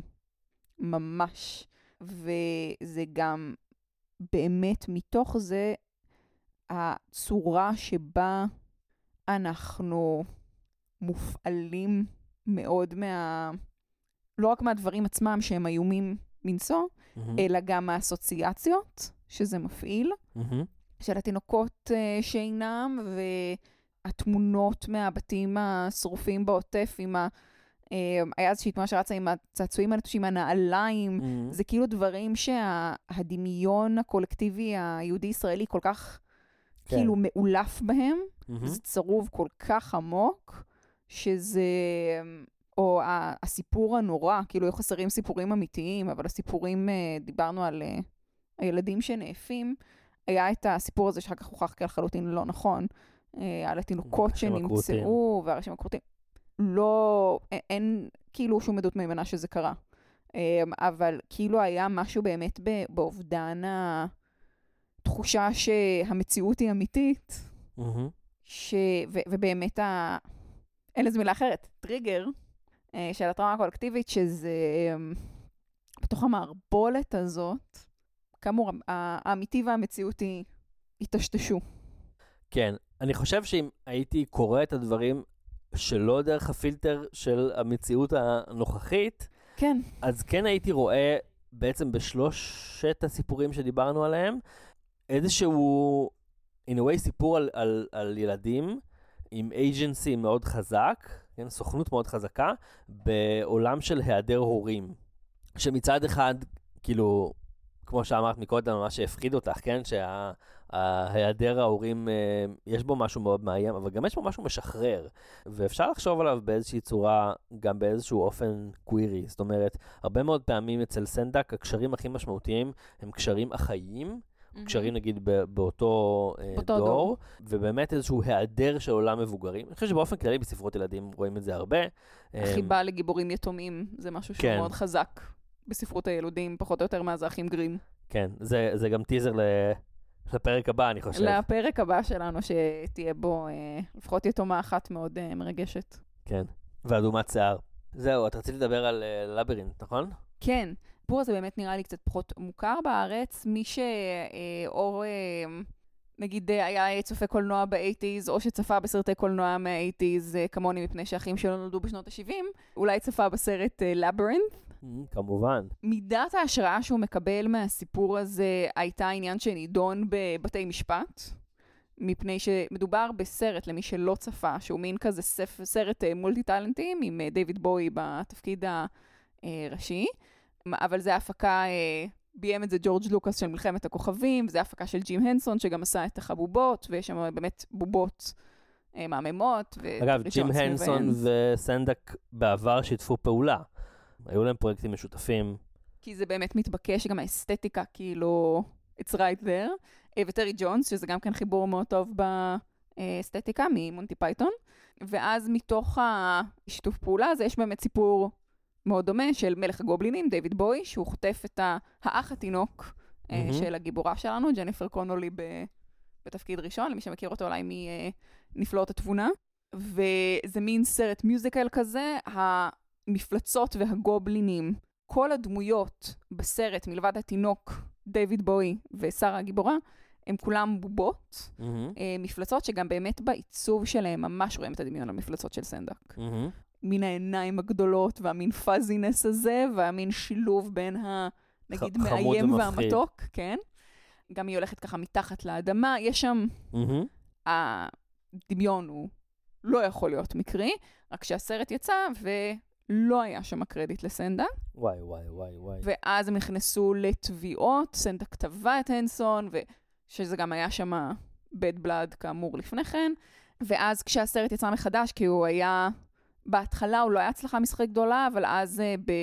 [SPEAKER 1] ממש. וזה גם באמת מתוך זה הצורה שבה אנחנו מופעלים מאוד מה... לא רק מהדברים עצמם שהם איומים מנשוא,
[SPEAKER 2] מהמם.
[SPEAKER 1] אלא גם מהאסוציאציות שזה מפעיל,
[SPEAKER 2] מהמם.
[SPEAKER 1] של התינוקות uh, שאינם, והתמונות מהבתים השרופים בעוטף עם ה... Uh, היה איזושהי תמונה שרצה עם הצעצועים הנטושים, הנעליים,
[SPEAKER 2] מהמם.
[SPEAKER 1] זה כאילו דברים שהדמיון הקולקטיבי היהודי-ישראלי כל כך
[SPEAKER 2] כן.
[SPEAKER 1] כאילו מאולף בהם,
[SPEAKER 2] מהמם.
[SPEAKER 1] זה צרוב כל כך עמוק, שזה... או ה- הסיפור הנורא, כאילו חסרים סיפורים אמיתיים, אבל הסיפורים, uh, דיברנו על uh, הילדים שנאפים, היה את הסיפור הזה שאחר כך הוכח כלחלוטין לא נכון, אה, על התינוקות
[SPEAKER 2] הראשים הכרותים.
[SPEAKER 1] שנמצאו, והראשים הכרותים. לא, א- אין כאילו שום עדות מהימנה שזה קרה. אה, אבל כאילו היה משהו באמת ב- באובדן התחושה שהמציאות היא אמיתית,
[SPEAKER 2] מהמם.
[SPEAKER 1] ש... ו- ובאמת ה... אין לזה מילה אחרת, טריגר אה, של הטראומה הקולקטיבית, שזה אה, בתוך המערבולת הזאת, כאמור, ה- האמיתי והמציאותי התשתשו.
[SPEAKER 2] כן, אני חושב שאם הייתי קורא את הדברים שלא דרך הפילטר של המציאות הנוכחית,
[SPEAKER 1] כן,
[SPEAKER 2] אז כן הייתי רואה בעצם בשלושת הסיפורים שדיברנו עליהם, איזשהו, in a way, סיפור על, על, על ילדים עם agency מאוד חזק, כן, סוכנות מאוד חזקה, בעולם של היעדר הורים. שמצד אחד, כאילו, כמו שאמרת מקודם, מה שהפחיד אותך, כן? שההיעדר ההורים, אה, יש בו משהו מאוד מאיים, אבל גם יש בו משהו משחרר. ואפשר לחשוב עליו באיזושהי צורה, גם באיזשהו אופן קווירי. זאת אומרת, הרבה מאוד פעמים אצל סנדק, הקשרים הכי משמעותיים הם קשרים אחאיים, קשרים נגיד ב- באותו, אה,
[SPEAKER 1] באותו
[SPEAKER 2] דור,
[SPEAKER 1] דור.
[SPEAKER 2] ובאמת איזשהו היעדר של עולם מבוגרים. אני חושב שבאופן כללי בספרות ילדים רואים את זה הרבה.
[SPEAKER 1] החיבה לגיבורים יתומים, זה משהו שהוא
[SPEAKER 2] כן.
[SPEAKER 1] מאוד חזק בספרות הילודים, פחות או יותר מאז האחים גרים.
[SPEAKER 2] כן, זה, זה גם טיזר ל- לפרק הבא, אני חושב.
[SPEAKER 1] לפרק הבא שלנו, שתהיה בו אה, לפחות יתומה אחת מאוד אה, מרגשת.
[SPEAKER 2] כן, ואדומת שיער. זהו, את רצית לדבר על uh, לבירינט, נכון?
[SPEAKER 1] כן, הסיפור הזה באמת נראה לי קצת פחות מוכר בארץ. מי שאו נגיד אה, היה צופה קולנוע ב-שמונים, או שצפה בסרטי קולנוע מה-שמונים, אה, כמוני מפני שאחים שלו נולדו בשנות ה-שבעים, אולי צפה בסרט לבירינט.
[SPEAKER 2] Mm, כמובן.
[SPEAKER 1] מידת ההשראה שהוא מקבל מהסיפור הזה הייתה עניין שנידון בבתי משפט, מפני שמדובר בסרט, למי שלא צפה, שהוא מין כזה ספ... סרט אה, מולטי-טלנטים, עם אה, דיוויד בוי בתפקיד הראשי, אבל זה ההפקה, אה, ביים את זה ג'ורג' לוקאס של מלחמת הכוכבים, וזה ההפקה של ג'ים הנסון, שגם עשה את החבובות, ויש שם באמת בובות אה, מהממות.
[SPEAKER 2] אגב, ג'ים הנסון וסנדק בעבר שיתפו פעולה. היו להם פרויקטים משותפים.
[SPEAKER 1] כי זה באמת מתבקש, גם האסתטיקה, כאילו, it's right there. אה, וטרי ג'ונס, שזה גם כן חיבור מאוד טוב באסתטיקה, ממונטי פייתון. ואז מתוך השיתוף פעולה הזה, יש באמת סיפור מאוד דומה של מלך הגובלינים, דיוויד בוי, שהוא חוטף את האח התינוק אה,
[SPEAKER 2] Mhm.
[SPEAKER 1] של הגיבורה שלנו, ג'ניפר קונולי ב- בתפקיד ראשון, למי שמכיר אותו אולי מנפלאות התבונה. וזה מין סרט מיוזיקל כזה, המפלצות והגובלינים, כל הדמויות בסרט, מלבד התינוק, דיוויד בוי ושרה הגיבורה, הם כולם בובות,
[SPEAKER 2] Mhm.
[SPEAKER 1] אה, מפלצות שגם באמת בעיצוב שלהם ממש רואים את הדמיון למפלצות של סנדק.
[SPEAKER 2] Mhm.
[SPEAKER 1] מין העיניים הגדולות והמין פאזינס הזה, והמין שילוב בין נגיד
[SPEAKER 2] ח- חמוד
[SPEAKER 1] מאיים
[SPEAKER 2] ומפחיד.
[SPEAKER 1] והמתוק, כן? גם היא הולכת ככה מתחת לאדמה, יש שם,
[SPEAKER 2] מהמם.
[SPEAKER 1] הדמיון הוא לא יכול להיות מקרי, רק שהסרט יצא ולא היה שם הקרדיט לסנדק,
[SPEAKER 2] וואי, וואי, וואי, וואי.
[SPEAKER 1] ואז הם נכנסו לתביעות, סנדק כתבה את הנסון, ושזה גם היה שם bad blood כאמור לפני כן, ואז כשהסרט יצא מחדש, כי הוא היה, בהתחלה הוא לא היה הצלחה משחק גדולה, אבל אז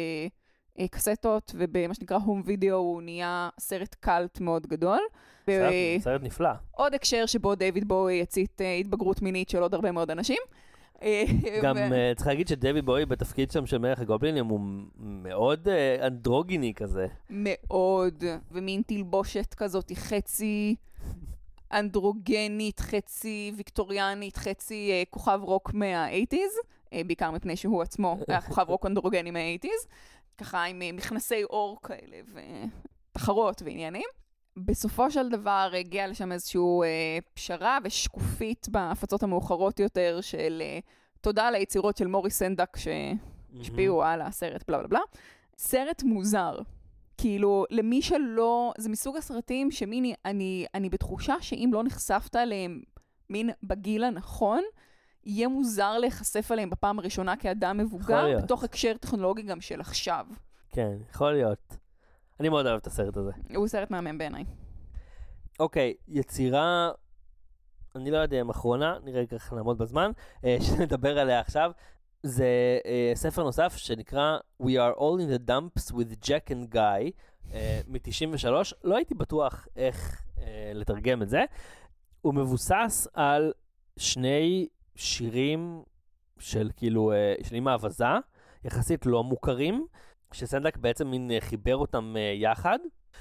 [SPEAKER 1] בקסטות ובמה שנקרא הום וידאו הוא נהיה סרט קלט מאוד גדול.
[SPEAKER 2] סרט, סרט נפלא.
[SPEAKER 1] עוד הקשר שבו דיוויד בואי הצית התבגרות מינית של עוד הרבה מאוד אנשים.
[SPEAKER 2] גם uh, צריך להגיד שדויד בואי בתפקיד שם של מלך הגובלינים הוא מאוד uh, אנדרוגיני כזה.
[SPEAKER 1] מאוד, ומין תלבושת כזאת, היא חצי אנדרוגנית, חצי ויקטוריאנית, חצי uh, כוכב רוק מה-שמונים, uh, בעיקר מפני שהוא עצמו היה כוכב רוק אנדרוגני מה-שמונים, ככה עם uh, מכנסי אור כאלה ותחרות ועניינים. בסופו של דבר הגיע לשם איזשהו אה, פשרה ושקופית בהפצות המאוחרות יותר של אה, תודה על היצירות של מוריס סנדק שהשפיעו על הסרט בלה בלה בלה. סרט מוזר. כאילו, למי שלא, זה מסוג הסרטים שמיני, אני, אני בתחושה שאם לא נחשפת עליהם מין בגיל הנכון, יהיה מוזר להיחשף עליהם בפעם הראשונה כאדם מבוגר, בתוך הקשר טכנולוגי גם של עכשיו.
[SPEAKER 2] כן, יכול להיות. אני מאוד אוהב את הסרט הזה.
[SPEAKER 1] הוא סרט מהמם בעיניי.
[SPEAKER 2] אוקיי, יצירה, אני לא יודע אם אחרונה, נראה ככה נעמוד בזמן, שנדבר עליה עכשיו. זה uh, ספר נוסף שנקרא We are all in the dumps with Jack and Guy, uh, מ-תשעים ושלוש. לא הייתי בטוח איך uh, לתרגם את זה. הוא מבוסס על שני שירים של כאילו, uh, של אמא אבזה, יחסית לא מוכרים, שסנדק בעצם מין חיבר אותם uh, יחד,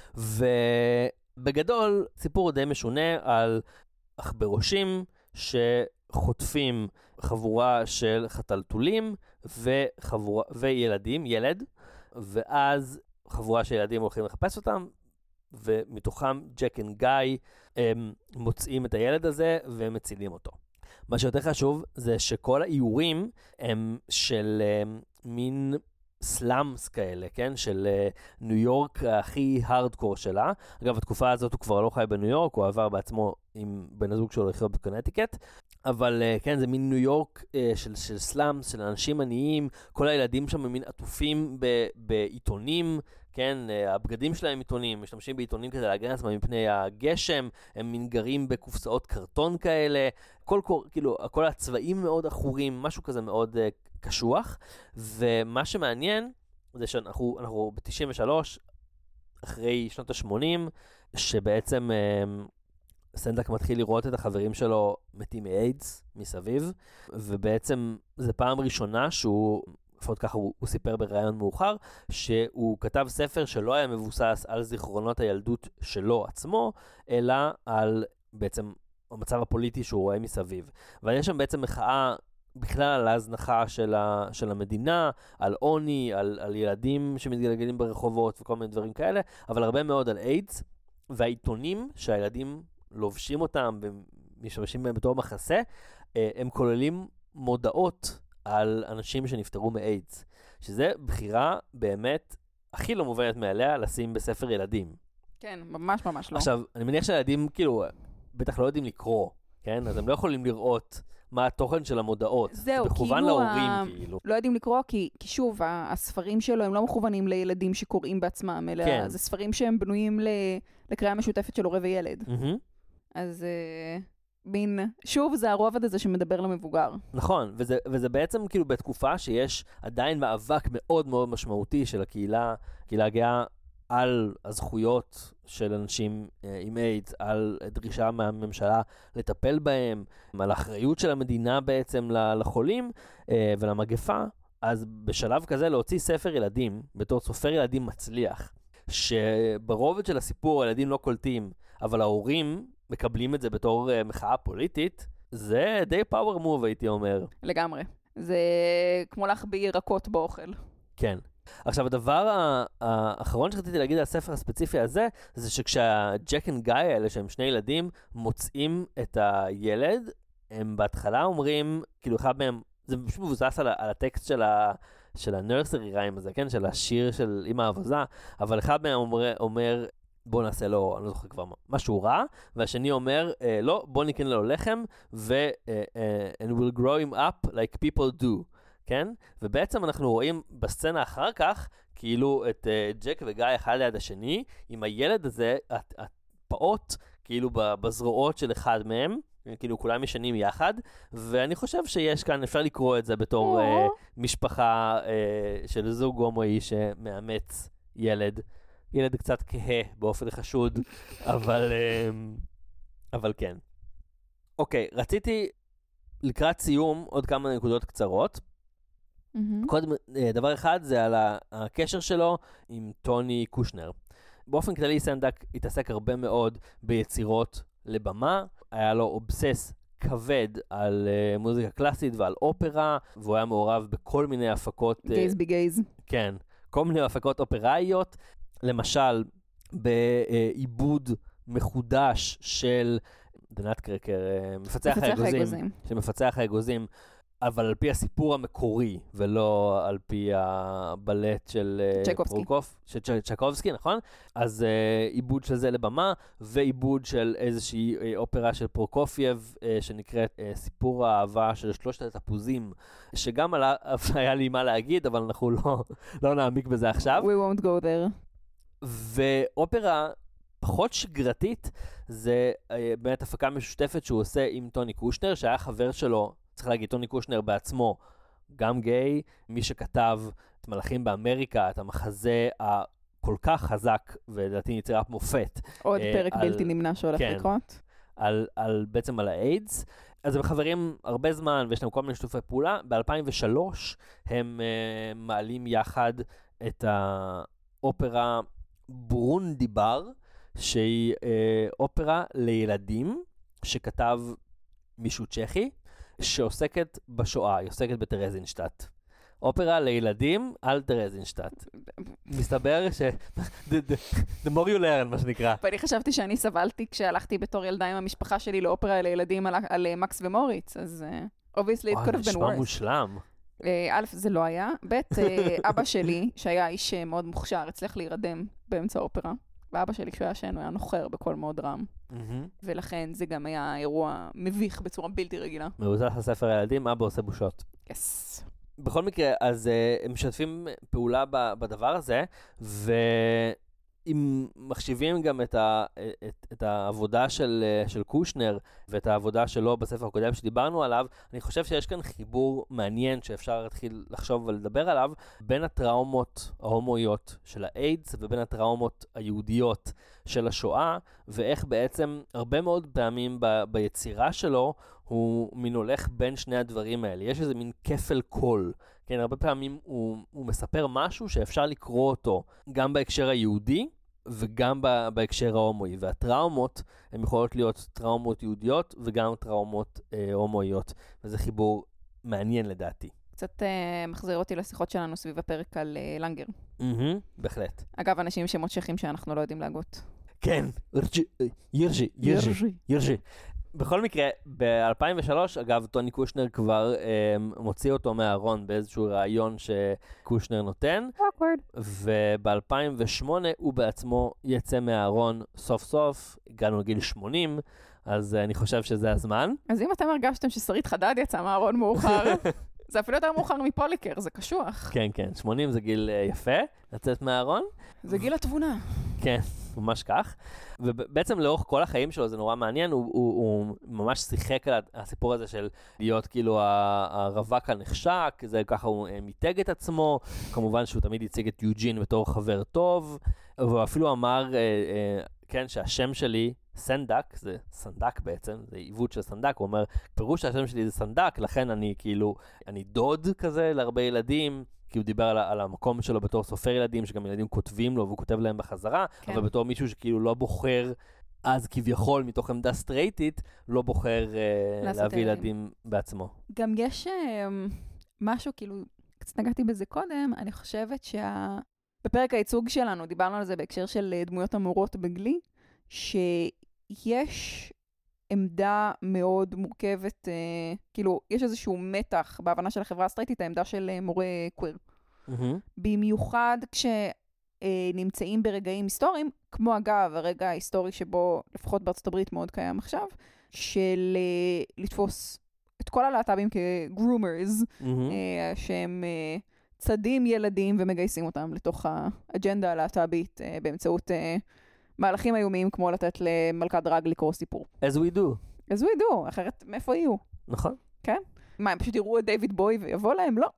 [SPEAKER 2] ובגדול סיפור די משונה על עכברושים שחוטפים חבורה של חתלתולים וחבורה, וילדים, ילד, ואז חבורה של ילדים הולכים לחפש אותם, ומתוכם ג'ק אנד גיא הם מוצאים את הילד הזה ומצילים אותו. מה שיותר חשוב זה שכל האיורים הם של הם, מין סלאמס כאלה, כן? של uh, ניו יורק הכי הארדקור שלה. אגב, התקופה הזאת הוא כבר לא חי בניו יורק, הוא עבר בעצמו עם בן הזוג שלו לחיות בקונטיקט, אבל uh, כן, זה מין ניו יורק uh, של, של סלאמס, של אנשים עניים, כל הילדים שם מין עטופים ב- בעיתונים, כן? Uh, הבגדים שלהם עיתונים, משתמשים בעיתונים כדי להגן עצמם מפני הגשם, הם מין גרים בקופסאות קרטון כאלה, כל, כל, כאילו, כל הצבעים מאוד אחורים, משהו כזה מאוד uh, קשוח, ומה שמעניין זה שאנחנו אנחנו ב-תשעים ושלוש, אחרי שנות ה-שמונים, שבעצם אה, סנדק מתחיל לראות את החברים שלו מתים מאיידס מסביב, ובעצם זה פעם ראשונה שהוא, לפחות ככה הוא, הוא סיפר בראיון מאוחר, שהוא כתב ספר שלא היה מבוסס על זיכרונות הילדות שלו עצמו, אלא על בעצם המצב הפוליטי שהוא רואה מסביב. ויש שם בעצם מחאה בכלל על ההזנחה של, ה, של המדינה, על עוני, על, על ילדים שמתגלגלים ברחובות וכל מיני דברים כאלה, אבל הרבה מאוד על איידס, והעיתונים שהילדים לובשים אותם ומשתמשים בהם בתור מחסה, הם כוללים מודעות על אנשים שנפטרו מאיידס, שזה בחירה באמת הכי לא מובנת מעליה לשים בספר ילדים.
[SPEAKER 1] כן, ממש ממש לא.
[SPEAKER 2] עכשיו, אני מניח שהילדים כאילו בטח לא יודעים לקרוא, כן? אז הם לא יכולים לראות מה התוכן של המודעות.
[SPEAKER 1] זהו,
[SPEAKER 2] זה מכוון
[SPEAKER 1] כאילו,
[SPEAKER 2] להורים,
[SPEAKER 1] ה...
[SPEAKER 2] כאילו.
[SPEAKER 1] לא יודעים לקרוא, כי, כי שוב, הספרים שלו הם לא מכוונים לילדים שקוראים בעצמם, אלא
[SPEAKER 2] כן.
[SPEAKER 1] זה ספרים שהם בנויים ל... לקריאה משותפת של הורה וילד.
[SPEAKER 2] Mm-hmm.
[SPEAKER 1] אז uh, בין, שוב, זה הרובד הזה שמדבר למבוגר.
[SPEAKER 2] נכון, וזה, וזה בעצם כאילו בתקופה שיש עדיין מאבק מאוד מאוד משמעותי של הקהילה, הקהילה הגאה, על הזכויות של אנשים אה, עם איידס, על דרישה מהממשלה לטפל בהם, על האחריות של המדינה בעצם לחולים אה, ולמגפה. אז בשלב כזה להוציא ספר ילדים, בתור סופר ילדים מצליח, שברובד של הסיפור הילדים לא קולטים, אבל ההורים מקבלים את זה בתור אה, מחאה פוליטית, זה די פאוור מוב הייתי אומר.
[SPEAKER 1] לגמרי. זה כמו להחביא ירקות באוכל.
[SPEAKER 2] כן. עכשיו, הדבר האחרון שרציתי להגיד על הספר הספציפי הזה, זה שכשהג'ק אנד גיא האלה, שהם שני ילדים, מוצאים את הילד, הם בהתחלה אומרים, כאילו אחד מהם, זה פשוט מבוסס על, על הטקסט של, ה, של הנרסרי ריים הזה, כן? של השיר של אמא אבוזה, אבל אחד מהם אומר, אומר בוא נעשה לו, אני לא זוכר כבר משהו רע, והשני אומר, אה, לא, בוא נקנה לו לחם, ו- uh, uh, and we'll grow him up like people do, כן? ובעצם אנחנו רואים בסצנה אחר כך, כאילו את uh, ג'ק וגיא אחד ליד השני, עם הילד הזה, הפעוט, כאילו בזרועות של אחד מהם, כאילו כולם ישנים יחד, ואני חושב שיש כאן, אפשר לקרוא את זה בתור uh, משפחה uh, של זוג הומואי שמאמץ ילד, ילד קצת כהה באופן חשוד, אבל, אבל כן. אוקיי, רציתי לקראת סיום עוד כמה נקודות קצרות. Mm-hmm. קודם, דבר אחד זה על הקשר שלו עם טוני קושנר. באופן כללי סנדק התעסק הרבה מאוד ביצירות לבמה, היה לו אובסס כבד על uh, מוזיקה קלאסית ועל אופרה, והוא היה מעורב בכל מיני הפקות...
[SPEAKER 1] גייז בי גייז.
[SPEAKER 2] כן, כל מיני הפקות אופראיות, למשל, בעיבוד מחודש של דנת קרקר, מפצח האגוזים, של מפצח האגוזים, אבל על פי הסיפור המקורי, ולא על פי הבלט של פרוקוף, של צ'קובסקי, נכון? אז עיבוד של זה לבמה, ועיבוד של איזושהי אופרה של פרוקופייב, שנקראת סיפור האהבה של שלושת התפוזים, שגם היה לי מה להגיד, אבל אנחנו לא, לא נעמיק בזה עכשיו.
[SPEAKER 1] We won't go there.
[SPEAKER 2] ואופרה פחות שגרתית, זה באמת הפקה משותפת שהוא עושה עם טוני קושנר, שהיה חבר שלו, צריך להגיד, טוני קושנר בעצמו, גם גיי, מי שכתב את מלאכים באמריקה, את המחזה הכל כך חזק, ולדעתי יצירת מופת.
[SPEAKER 1] עוד פרק על, בלתי נמנע שהולך כן, לקרות.
[SPEAKER 2] על, על, בעצם על האיידס. אז הם חברים הרבה זמן, ויש להם כל מיני שיתופי פעולה. ב-אלפיים ושלוש הם uh, מעלים יחד את האופרה ברונדיבר, שהיא אה, אופרה לילדים שכתב מישהו צ'כי, שעוסקת בשואה, היא עוסקת בטרזינשטט. אופרה לילדים על טרזינשטט. מסתבר ש... the more you learn, מה שנקרא.
[SPEAKER 1] ואני חשבתי שאני סבלתי כשהלכתי בתור ילדה עם המשפחה שלי לאופרה לילדים על, על מקס ומוריץ, אז uh, obviously it could have been worse.
[SPEAKER 2] נשמע מושלם.
[SPEAKER 1] א', זה לא היה. ב', אבא שלי, שהיה איש מאוד מוכשר, הצליח להירדם באמצע האופרה. ואבא שלי, כשהוא היה שן, הוא היה נוחר בקול מאוד רם. ולכן זה גם היה אירוע מביך בצורה בלתי רגילה.
[SPEAKER 2] מבוסס הספר הילדים, אבא עושה בושות.
[SPEAKER 1] יס.
[SPEAKER 2] בכל מקרה, אז הם משתפים פעולה בדבר הזה, ו... אם מחשיבים גם את, ה, את, את העבודה של, של קושנר ואת העבודה שלו בספר הקודם שדיברנו עליו, אני חושב שיש כאן חיבור מעניין שאפשר להתחיל לחשוב ולדבר עליו, בין הטראומות ההומואיות של האיידס ובין הטראומות היהודיות של השואה, ואיך בעצם הרבה מאוד פעמים ב, ביצירה שלו הוא מין הולך בין שני הדברים האלה. יש איזה מין כפל קול. כן, הרבה פעמים הוא, הוא מספר משהו שאפשר לקרוא אותו גם בהקשר היהודי וגם בהקשר ההומואי. והטראומות הן יכולות להיות טראומות יהודיות וגם טראומות אה, הומואיות. וזה חיבור מעניין לדעתי.
[SPEAKER 1] קצת אה, מחזיר אותי לשיחות שלנו סביב הפרק על אה, לנגר.
[SPEAKER 2] Mm-hmm, בהחלט.
[SPEAKER 1] אגב, אנשים שמות צ'כים שאנחנו לא יודעים להגות.
[SPEAKER 2] כן, ירשי, ירשי, ירשי, ירשי. בכל מקרה, ב-אלפיים ושלוש, אגב, טוני קושנר כבר אה, מוציא אותו מהארון באיזשהו רעיון שקושנר נותן.
[SPEAKER 1] Awkward.
[SPEAKER 2] וב-אלפיים ושמונה הוא בעצמו יצא מהארון סוף סוף, הגענו לגיל שמונים, אז אה, אני חושב שזה הזמן.
[SPEAKER 1] אז אם אתם הרגשתם ששרית חדד יצא מהארון מאוחר, זה אפילו יותר מאוחר מפוליקר, זה קשוח.
[SPEAKER 2] כן, כן, שמונים זה גיל אה, יפה, לצאת מהארון.
[SPEAKER 1] זה גיל התבונה.
[SPEAKER 2] כן. ממש כך, ובעצם לאורך כל החיים שלו זה נורא מעניין, הוא, הוא, הוא ממש שיחק על הסיפור הזה של להיות כאילו הרווק הנחשק, זה ככה הוא מיתג את עצמו, כמובן שהוא תמיד הציג את יוג'ין בתור חבר טוב, והוא אפילו אמר, אה, אה, כן, שהשם שלי, סנדק, זה סנדק בעצם, זה עיוות של סנדק, הוא אומר, פירוש שהשם שלי זה סנדק, לכן אני כאילו, אני דוד כזה להרבה ילדים, כי הוא דיבר על, על המקום שלו בתור סופר ילדים, שגם ילדים כותבים לו, והוא כותב להם בחזרה, כן. אבל בתור מישהו שכאילו לא בוחר, אז כביכול מתוך עמדה סטרייטית, לא בוחר uh, להביא ילדים בעצמו.
[SPEAKER 1] גם יש uh, משהו, כאילו, קצת נגעתי בזה קודם, אני חושבת שבפרק הייצוג שלנו, דיברנו על זה בהקשר של דמויות אמורות בגלי, שיש עמדה מאוד מורכבת, uh, כאילו, יש איזשהו מתח בהבנה של החברה הסטרייטית, העמדה של uh, מורה קוויר. במיוחד כשנמצאים ברגעים היסטוריים, כמו אגב, הרגע ההיסטורי שבו, לפחות בארצות הברית מאוד קיים עכשיו, של לתפוס את כל הלהט"בים כגרומרס, שהם צדים ילדים ומגייסים אותם לתוך האג'נדה הלהט"בית באמצעות מהלכים איומיים, כמו לתת למלכת דרג לקרוא סיפור.
[SPEAKER 2] As we do.
[SPEAKER 1] As we do, אחרת מאיפה יהיו?
[SPEAKER 2] נכון.
[SPEAKER 1] כן? מה, הם פשוט יראו את דיוויד בוי ויבוא להם? לא.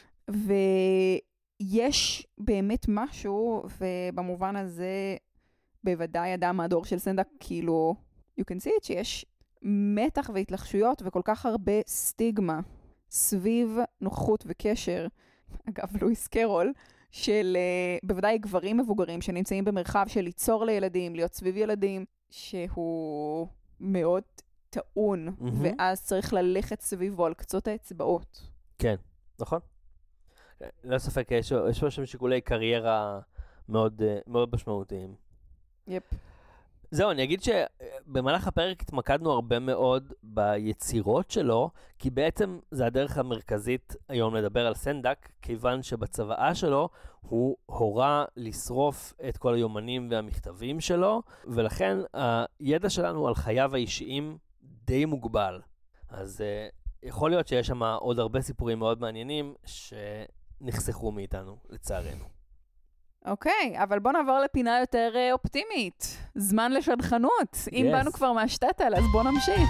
[SPEAKER 1] ויש באמת משהו, ובמובן הזה, בוודאי אדם מהדור של סנדק, כאילו, you can see it, שיש מתח והתלחשויות וכל כך הרבה סטיגמה סביב נוכחות וקשר, אגב, לואיס קרול, של uh, בוודאי גברים מבוגרים שנמצאים במרחב של ליצור לילדים, להיות סביב ילדים, שהוא מאוד טעון, mm-hmm. ואז צריך ללכת סביבו על קצות האצבעות.
[SPEAKER 2] כן, נכון. לא ספק, יש, יש פה שם שיקולי קריירה מאוד, מאוד משמעותיים.
[SPEAKER 1] יפ.
[SPEAKER 2] זהו, אני אגיד שבמהלך הפרק התמקדנו הרבה מאוד ביצירות שלו, כי בעצם זה הדרך המרכזית היום לדבר על סנדק, כיוון שבצוואה שלו הוא הורה לשרוף את כל היומנים והמכתבים שלו, ולכן הידע שלנו על חייו האישיים די מוגבל. אז uh, יכול להיות שיש שם עוד הרבה סיפורים מאוד מעניינים שנחסכו מאיתנו, לצערנו.
[SPEAKER 1] אוקיי, אבל בוא נעבור לפינה יותר אופטימית. זמן לשדכנות. Yes. אם באנו כבר מהשטטל, אז בוא נמשיך.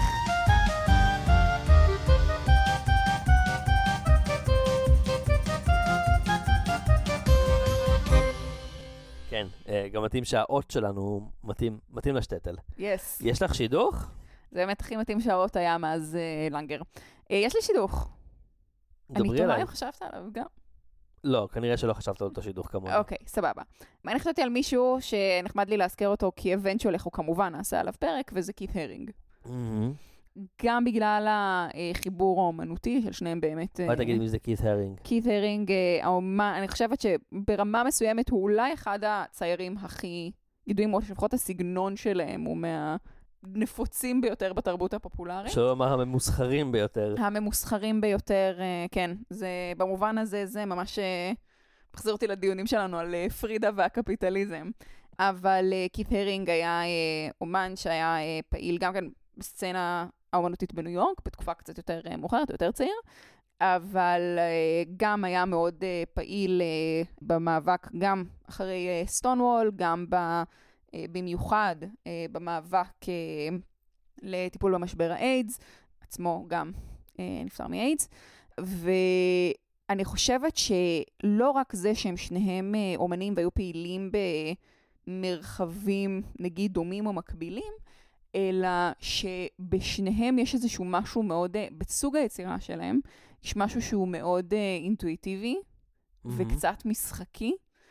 [SPEAKER 2] כן, גם מתאים שהאות שלנו מתאים, מתאים לשטטל.
[SPEAKER 1] Yes.
[SPEAKER 2] יש לך שידוך?
[SPEAKER 1] זה באמת הכי מתאים שהאות היה מאז uh, לנגר. Uh, יש לי שידוך.
[SPEAKER 2] דברי
[SPEAKER 1] אני
[SPEAKER 2] עליי.
[SPEAKER 1] תומה אם חשבת עליו גם.
[SPEAKER 2] לא, כנראה שלא חשבת על אותו שידוך כמובן.
[SPEAKER 1] אוקיי, סבבה. מה אני חשבתי על מישהו שנחמד לי להזכר אותו, כי אבנטואלי הוא כמובן נעשה עליו פרק, וזה קית' הרינג. גם בגלל החיבור האומנותי של שניהם באמת.
[SPEAKER 2] מה תגיד מי זה קית' הרינג?
[SPEAKER 1] קית' הרינג, האומן, אני חושבת שברמה מסוימת הוא אולי אחד הציירים הכי ידועים, או שלפחות הסגנון שלהם הוא מהנפוצים ביותר בתרבות הפופולרית.
[SPEAKER 2] שלא לומר הממוסחרים ביותר.
[SPEAKER 1] הממוסחרים ביותר, כן. זה, במובן הזה זה ממש מחזיר אותי לדיונים שלנו על פרידה והקפיטליזם. אבל קית' הרינג היה אומן שהיה פעיל גם כן בסצנה האומנותית בניו יורק, בתקופה קצת יותר מאוחרת, יותר צעיר, אבל גם היה מאוד פעיל במאבק, גם אחרי סטונוול, גם במיוחד במאבק לטיפול במשבר האיידס, עצמו גם נפטר מאיידס, ואני חושבת שלא רק זה שהם שניהם אומנים והיו פעילים במרחבים נגיד דומים או מקבילים, אלא שבשניהם יש איזשהו משהו מאוד, בסוג היצירה שלהם, יש משהו שהוא מאוד אינטואיטיבי, mm-hmm. וקצת משחקי,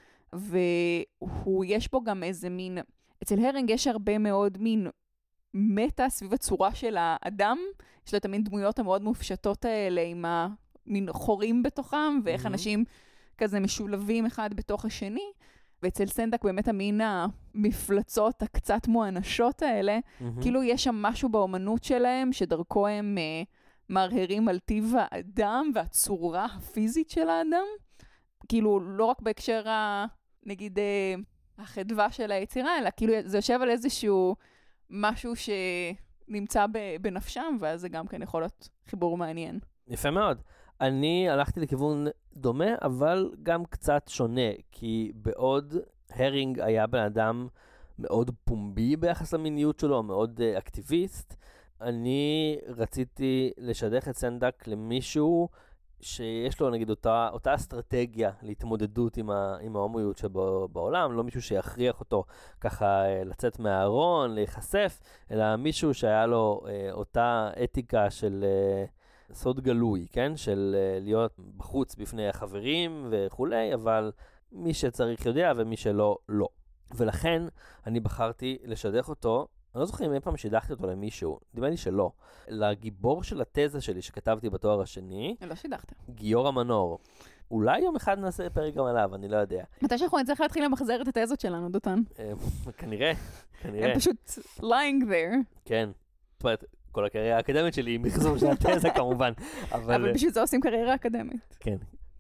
[SPEAKER 1] והוא, יש בו גם איזה מין, אצל הרינג יש הרבה מאוד מין מטה סביב הצורה של האדם, יש לו את המין דמויות המאוד מופשטות האלה, עם המין חורים בתוכם, ואיך mm-hmm. אנשים כזה משולבים אחד בתוך השני, ואצל סנדק באמת המין המפלצות הקצת מואנשות האלה, mm-hmm. כאילו יש שם משהו באומנות שלהם, שדרכו הם uh, מרהרים על טיב האדם והצורה הפיזית של האדם. כאילו לא רק בהקשר, ה, נגיד, uh, החדווה של היצירה, אלא כאילו זה יושב על איזשהו משהו שנמצא ב- בנפשם, ואז זה גם כן יכול להיות חיבור מעניין.
[SPEAKER 2] יפה מאוד. אני הלכתי לכיוון דומה, אבל גם קצת שונה, כי בעוד הרינג היה בן אדם מאוד פומבי ביחס למיניות שלו, מאוד uh, אקטיביסט, אני רציתי לשדך את סנדק למישהו שיש לו נגיד אותה, אותה אסטרטגיה להתמודדות עם, ה, עם ההומואיות שבו בעולם, לא מישהו שיכריח אותו ככה uh, לצאת מהארון, להיחשף, אלא מישהו שהיה לו uh, אותה אתיקה של... Uh, סוד גלוי, כן? של uh, להיות בחוץ בפני החברים וכולי, אבל מי שצריך יודע ומי שלא, לא. ולכן אני בחרתי לשדך אותו, אני לא זוכר אם אי פעם שידחתי אותו למישהו, נדמה לי שלא, לגיבור של התזה שלי שכתבתי בתואר השני,
[SPEAKER 1] לא שידחת.
[SPEAKER 2] גיורא מנור. אולי יום אחד נעשה פרק גם עליו, אני לא יודע.
[SPEAKER 1] מתי שאנחנו נצטרך להתחיל למחזר את התזות שלנו, דותן?
[SPEAKER 2] כנראה, כנראה.
[SPEAKER 1] הם פשוט lying there.
[SPEAKER 2] כן, זאת אומרת, כל הקריירה האקדמית שלי היא מחזור של התזה כמובן.
[SPEAKER 1] אבל בשביל זה עושים קריירה אקדמית.
[SPEAKER 2] כן,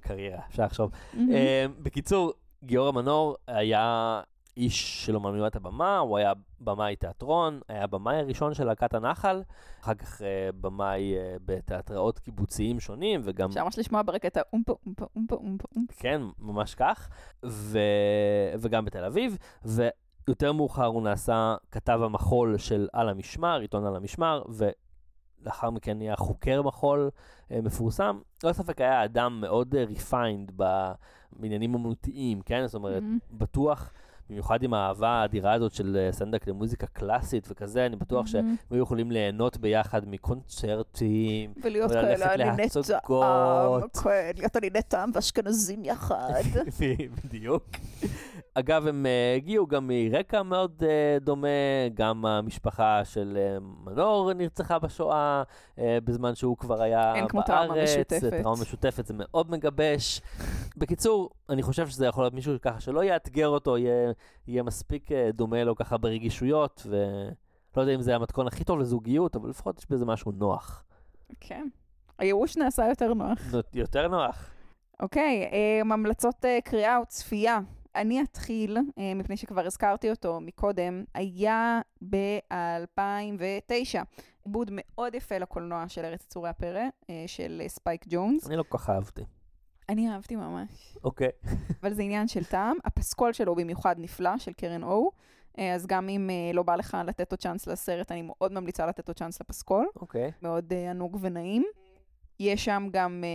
[SPEAKER 2] קריירה, אפשר לחשוב. אה, בקיצור, גיורא מנור היה איש של אומנויות הבמה, הוא היה במאי תיאטרון, היה במאי הראשון של להקת הנחל, אחר כך אה, במאי אה, בתיאטראות קיבוציים שונים, וגם...
[SPEAKER 1] אפשר ממש לשמוע ברקע את האומפה, אומפה, אומפה, אומפה, אומפה.
[SPEAKER 2] כן, ממש כך, ו... וגם בתל אביב, ויותר מאוחר הוא נעשה כתב המחול של על המשמר, עיתון על המשמר, ולאחר מכן נהיה חוקר מחול אה, מפורסם. לא ספק היה אדם מאוד אה, refined בעניינים אמנותיים, כן? זאת אומרת, mm-hmm. בטוח... במיוחד עם האהבה האדירה הזאת של סנדק למוזיקה קלאסית וכזה, אני בטוח שהם היו יכולים ליהנות ביחד מקונצרטים,
[SPEAKER 1] ולהיות כאלה עליני טעם, להיות עליני טעם ואשכנזים יחד.
[SPEAKER 2] בדיוק. אגב, הם הגיעו גם מרקע מאוד דומה, גם המשפחה של מנור נרצחה בשואה, בזמן שהוא כבר היה בארץ.
[SPEAKER 1] אין כמו טראומה משותפת.
[SPEAKER 2] טראומה משותפת, זה מאוד מגבש. בקיצור, אני חושב שזה יכול להיות מישהו ככה שלא יאתגר אותו, יהיה, יהיה מספיק דומה לו ככה ברגישויות, ולא יודע אם זה המתכון הכי טוב לזוגיות, אבל לפחות יש בזה משהו נוח.
[SPEAKER 1] כן. הייאוש נעשה יותר נוח.
[SPEAKER 2] יותר נוח.
[SPEAKER 1] אוקיי, ממלצות קריאה או צפייה. אני אתחיל, מפני שכבר הזכרתי אותו מקודם, היה ב-אלפיים ותשע. עיבוד מאוד יפה לקולנוע של ארץ יצורי הפרא, של ספייק ג'ונס.
[SPEAKER 2] אני לא כל כך אהבתי.
[SPEAKER 1] אני אהבתי ממש.
[SPEAKER 2] אוקיי.
[SPEAKER 1] אבל זה עניין של טעם. הפסקול שלו במיוחד נפלא, של קרן אור. אז גם אם לא בא לך לתת לו צ'אנס לסרט, אני מאוד ממליצה לתת לו צ'אנס לפסקול.
[SPEAKER 2] אוקיי.
[SPEAKER 1] מאוד ענוג ונעים. יש שם גם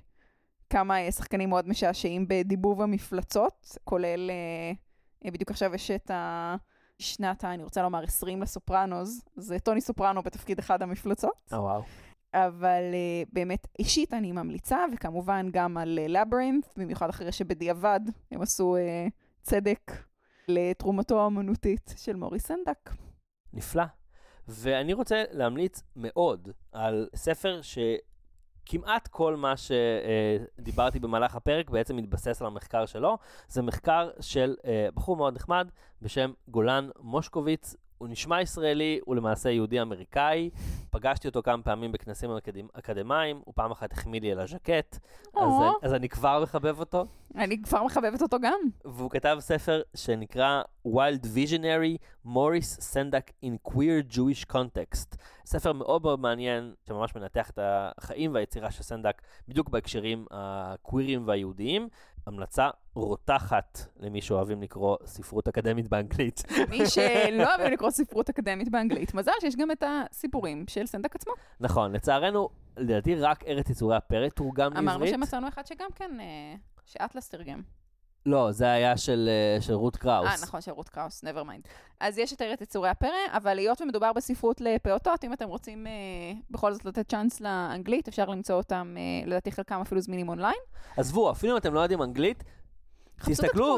[SPEAKER 1] כמה שחקנים מאוד משעשעים בדיבוב המפלצות, כולל, בדיוק עכשיו יש את השנת, אני רוצה לומר, עשרים לסופרנוז. זה טוני סופרנו בתפקיד אחד המפלצות.
[SPEAKER 2] או וואו.
[SPEAKER 1] אבל uh, באמת אישית אני ממליצה, וכמובן גם על לברינת', uh, במיוחד אחרי שבדיעבד הם עשו uh, צדק לתרומתו האמנותית של מוריס סנדק.
[SPEAKER 2] נפלא. ואני רוצה להמליץ מאוד על ספר שכמעט כל מה שדיברתי במהלך הפרק בעצם מתבסס על המחקר שלו. זה מחקר של uh, בחור מאוד נחמד בשם גולן מושקוביץ. הוא נשמע ישראלי, הוא למעשה יהודי אמריקאי, פגשתי אותו כמה פעמים בכנסים אקדמיים, הוא פעם אחת החמיא לי על הז'קט, אז, אז אני כבר מחבב אותו.
[SPEAKER 1] אני כבר מחבבת אותו גם.
[SPEAKER 2] והוא כתב ספר שנקרא Wild Visionary, Maurice Sendak in Queer Jewish Context. ספר מאוד מאוד מעניין, שממש מנתח את החיים והיצירה של סנדק, בדיוק בהקשרים הקווירים והיהודיים. המלצה רותחת למי שאוהבים לקרוא ספרות אקדמית באנגלית.
[SPEAKER 1] מי שלא אוהבים לקרוא ספרות אקדמית באנגלית. מזל שיש גם את הסיפורים של סנדק עצמו.
[SPEAKER 2] נכון, לצערנו, לדעתי רק ארץ יצורי הפרא תורגם לעברית.
[SPEAKER 1] אמרנו שמצאנו אחד שגם כן, שאטלס תרגם.
[SPEAKER 2] לא, זה היה של, של רות קראוס.
[SPEAKER 1] אה, נכון, של רות קראוס, never mind. אז יש את ארץ יצורי הפרא, אבל היות ומדובר בספרות לפעוטות, אם אתם רוצים אה, בכל זאת לתת צ'אנס לאנגלית, אפשר למצוא אותם, אה, לדעתי חלקם אפילו זמינים אונליין.
[SPEAKER 2] עזבו, אפילו אם אתם לא יודעים אנגלית, תסתכלו,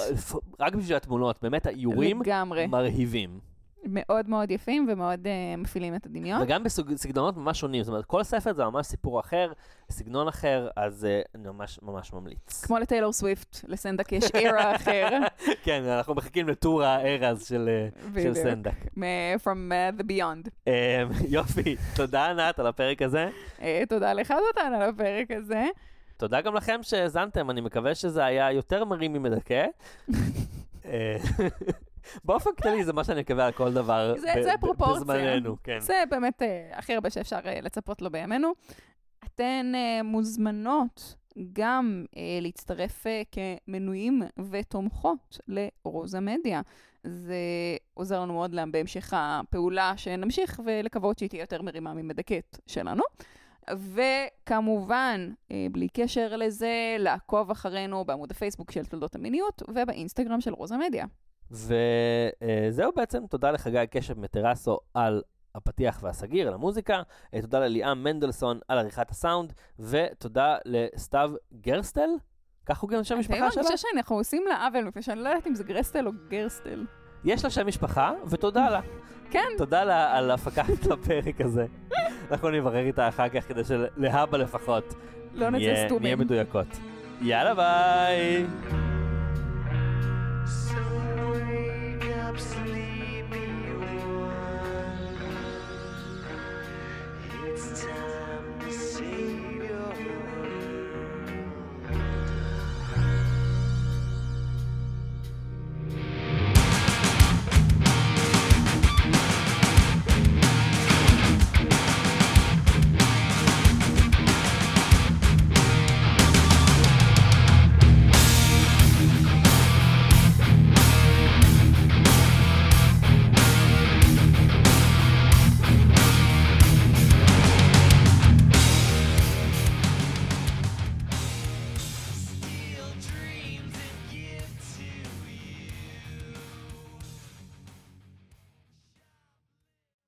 [SPEAKER 2] רק בשביל התמונות, באמת האיורים מרהיבים. מאוד
[SPEAKER 1] מאוד יפים ומאוד uh, מפעילים את הדמיון.
[SPEAKER 2] וגם בסגנונות ממש שונים, זאת אומרת, כל ספר זה ממש סיפור אחר, סגנון אחר, אז uh, אני ממש ממש ממליץ.
[SPEAKER 1] כמו לטיילור סוויפט, לסנדק יש אירה אחר.
[SPEAKER 2] כן, אנחנו מחכים לטור האירז של, של סנדק.
[SPEAKER 1] From uh, the beyond.
[SPEAKER 2] Um, יופי, תודה ענת על הפרק הזה.
[SPEAKER 1] Uh, תודה לך דותן על הפרק הזה.
[SPEAKER 2] תודה גם לכם שהזנתם, אני מקווה שזה היה יותר מרים ממדכא. באופן כללי זה מה שאני מקווה על כל דבר
[SPEAKER 1] זה, ב- זה פרופורציה.
[SPEAKER 2] בזמננו. כן.
[SPEAKER 1] זה באמת uh, הכי הרבה שאפשר uh, לצפות לו בימינו. אתן uh, מוזמנות גם uh, להצטרף uh, כמנויים ותומכות לרוזה מדיה. זה עוזר לנו מאוד להם בהמשך הפעולה שנמשיך ולקוות שהיא תהיה יותר מרימה ממדכאת שלנו. וכמובן, בלי קשר לזה, לעקוב אחרינו בעמוד הפייסבוק של תולדות המיניות ובאינסטגרם של רוזה מדיה.
[SPEAKER 2] וזהו בעצם, תודה לחגי קשב מטרסו על הפתיח והסגיר, על המוזיקה, תודה לליאם מנדלסון על עריכת הסאונד, ותודה לסתיו גרסטל, כך הוא גם שם משפחה שלה?
[SPEAKER 1] אני חושב שאנחנו עושים לה עוול, מפני שאני לא יודעת אם זה גרסטל או גרסטל.
[SPEAKER 2] יש לה שם משפחה, ותודה לה.
[SPEAKER 1] כן.
[SPEAKER 2] תודה לה על הפקת הפרק הזה. אנחנו נברר איתה אחר כך כדי שלהבא לפחות
[SPEAKER 1] לא נצא סתומים.
[SPEAKER 2] נהיה מדויקות. יאללה ביי! It's time to say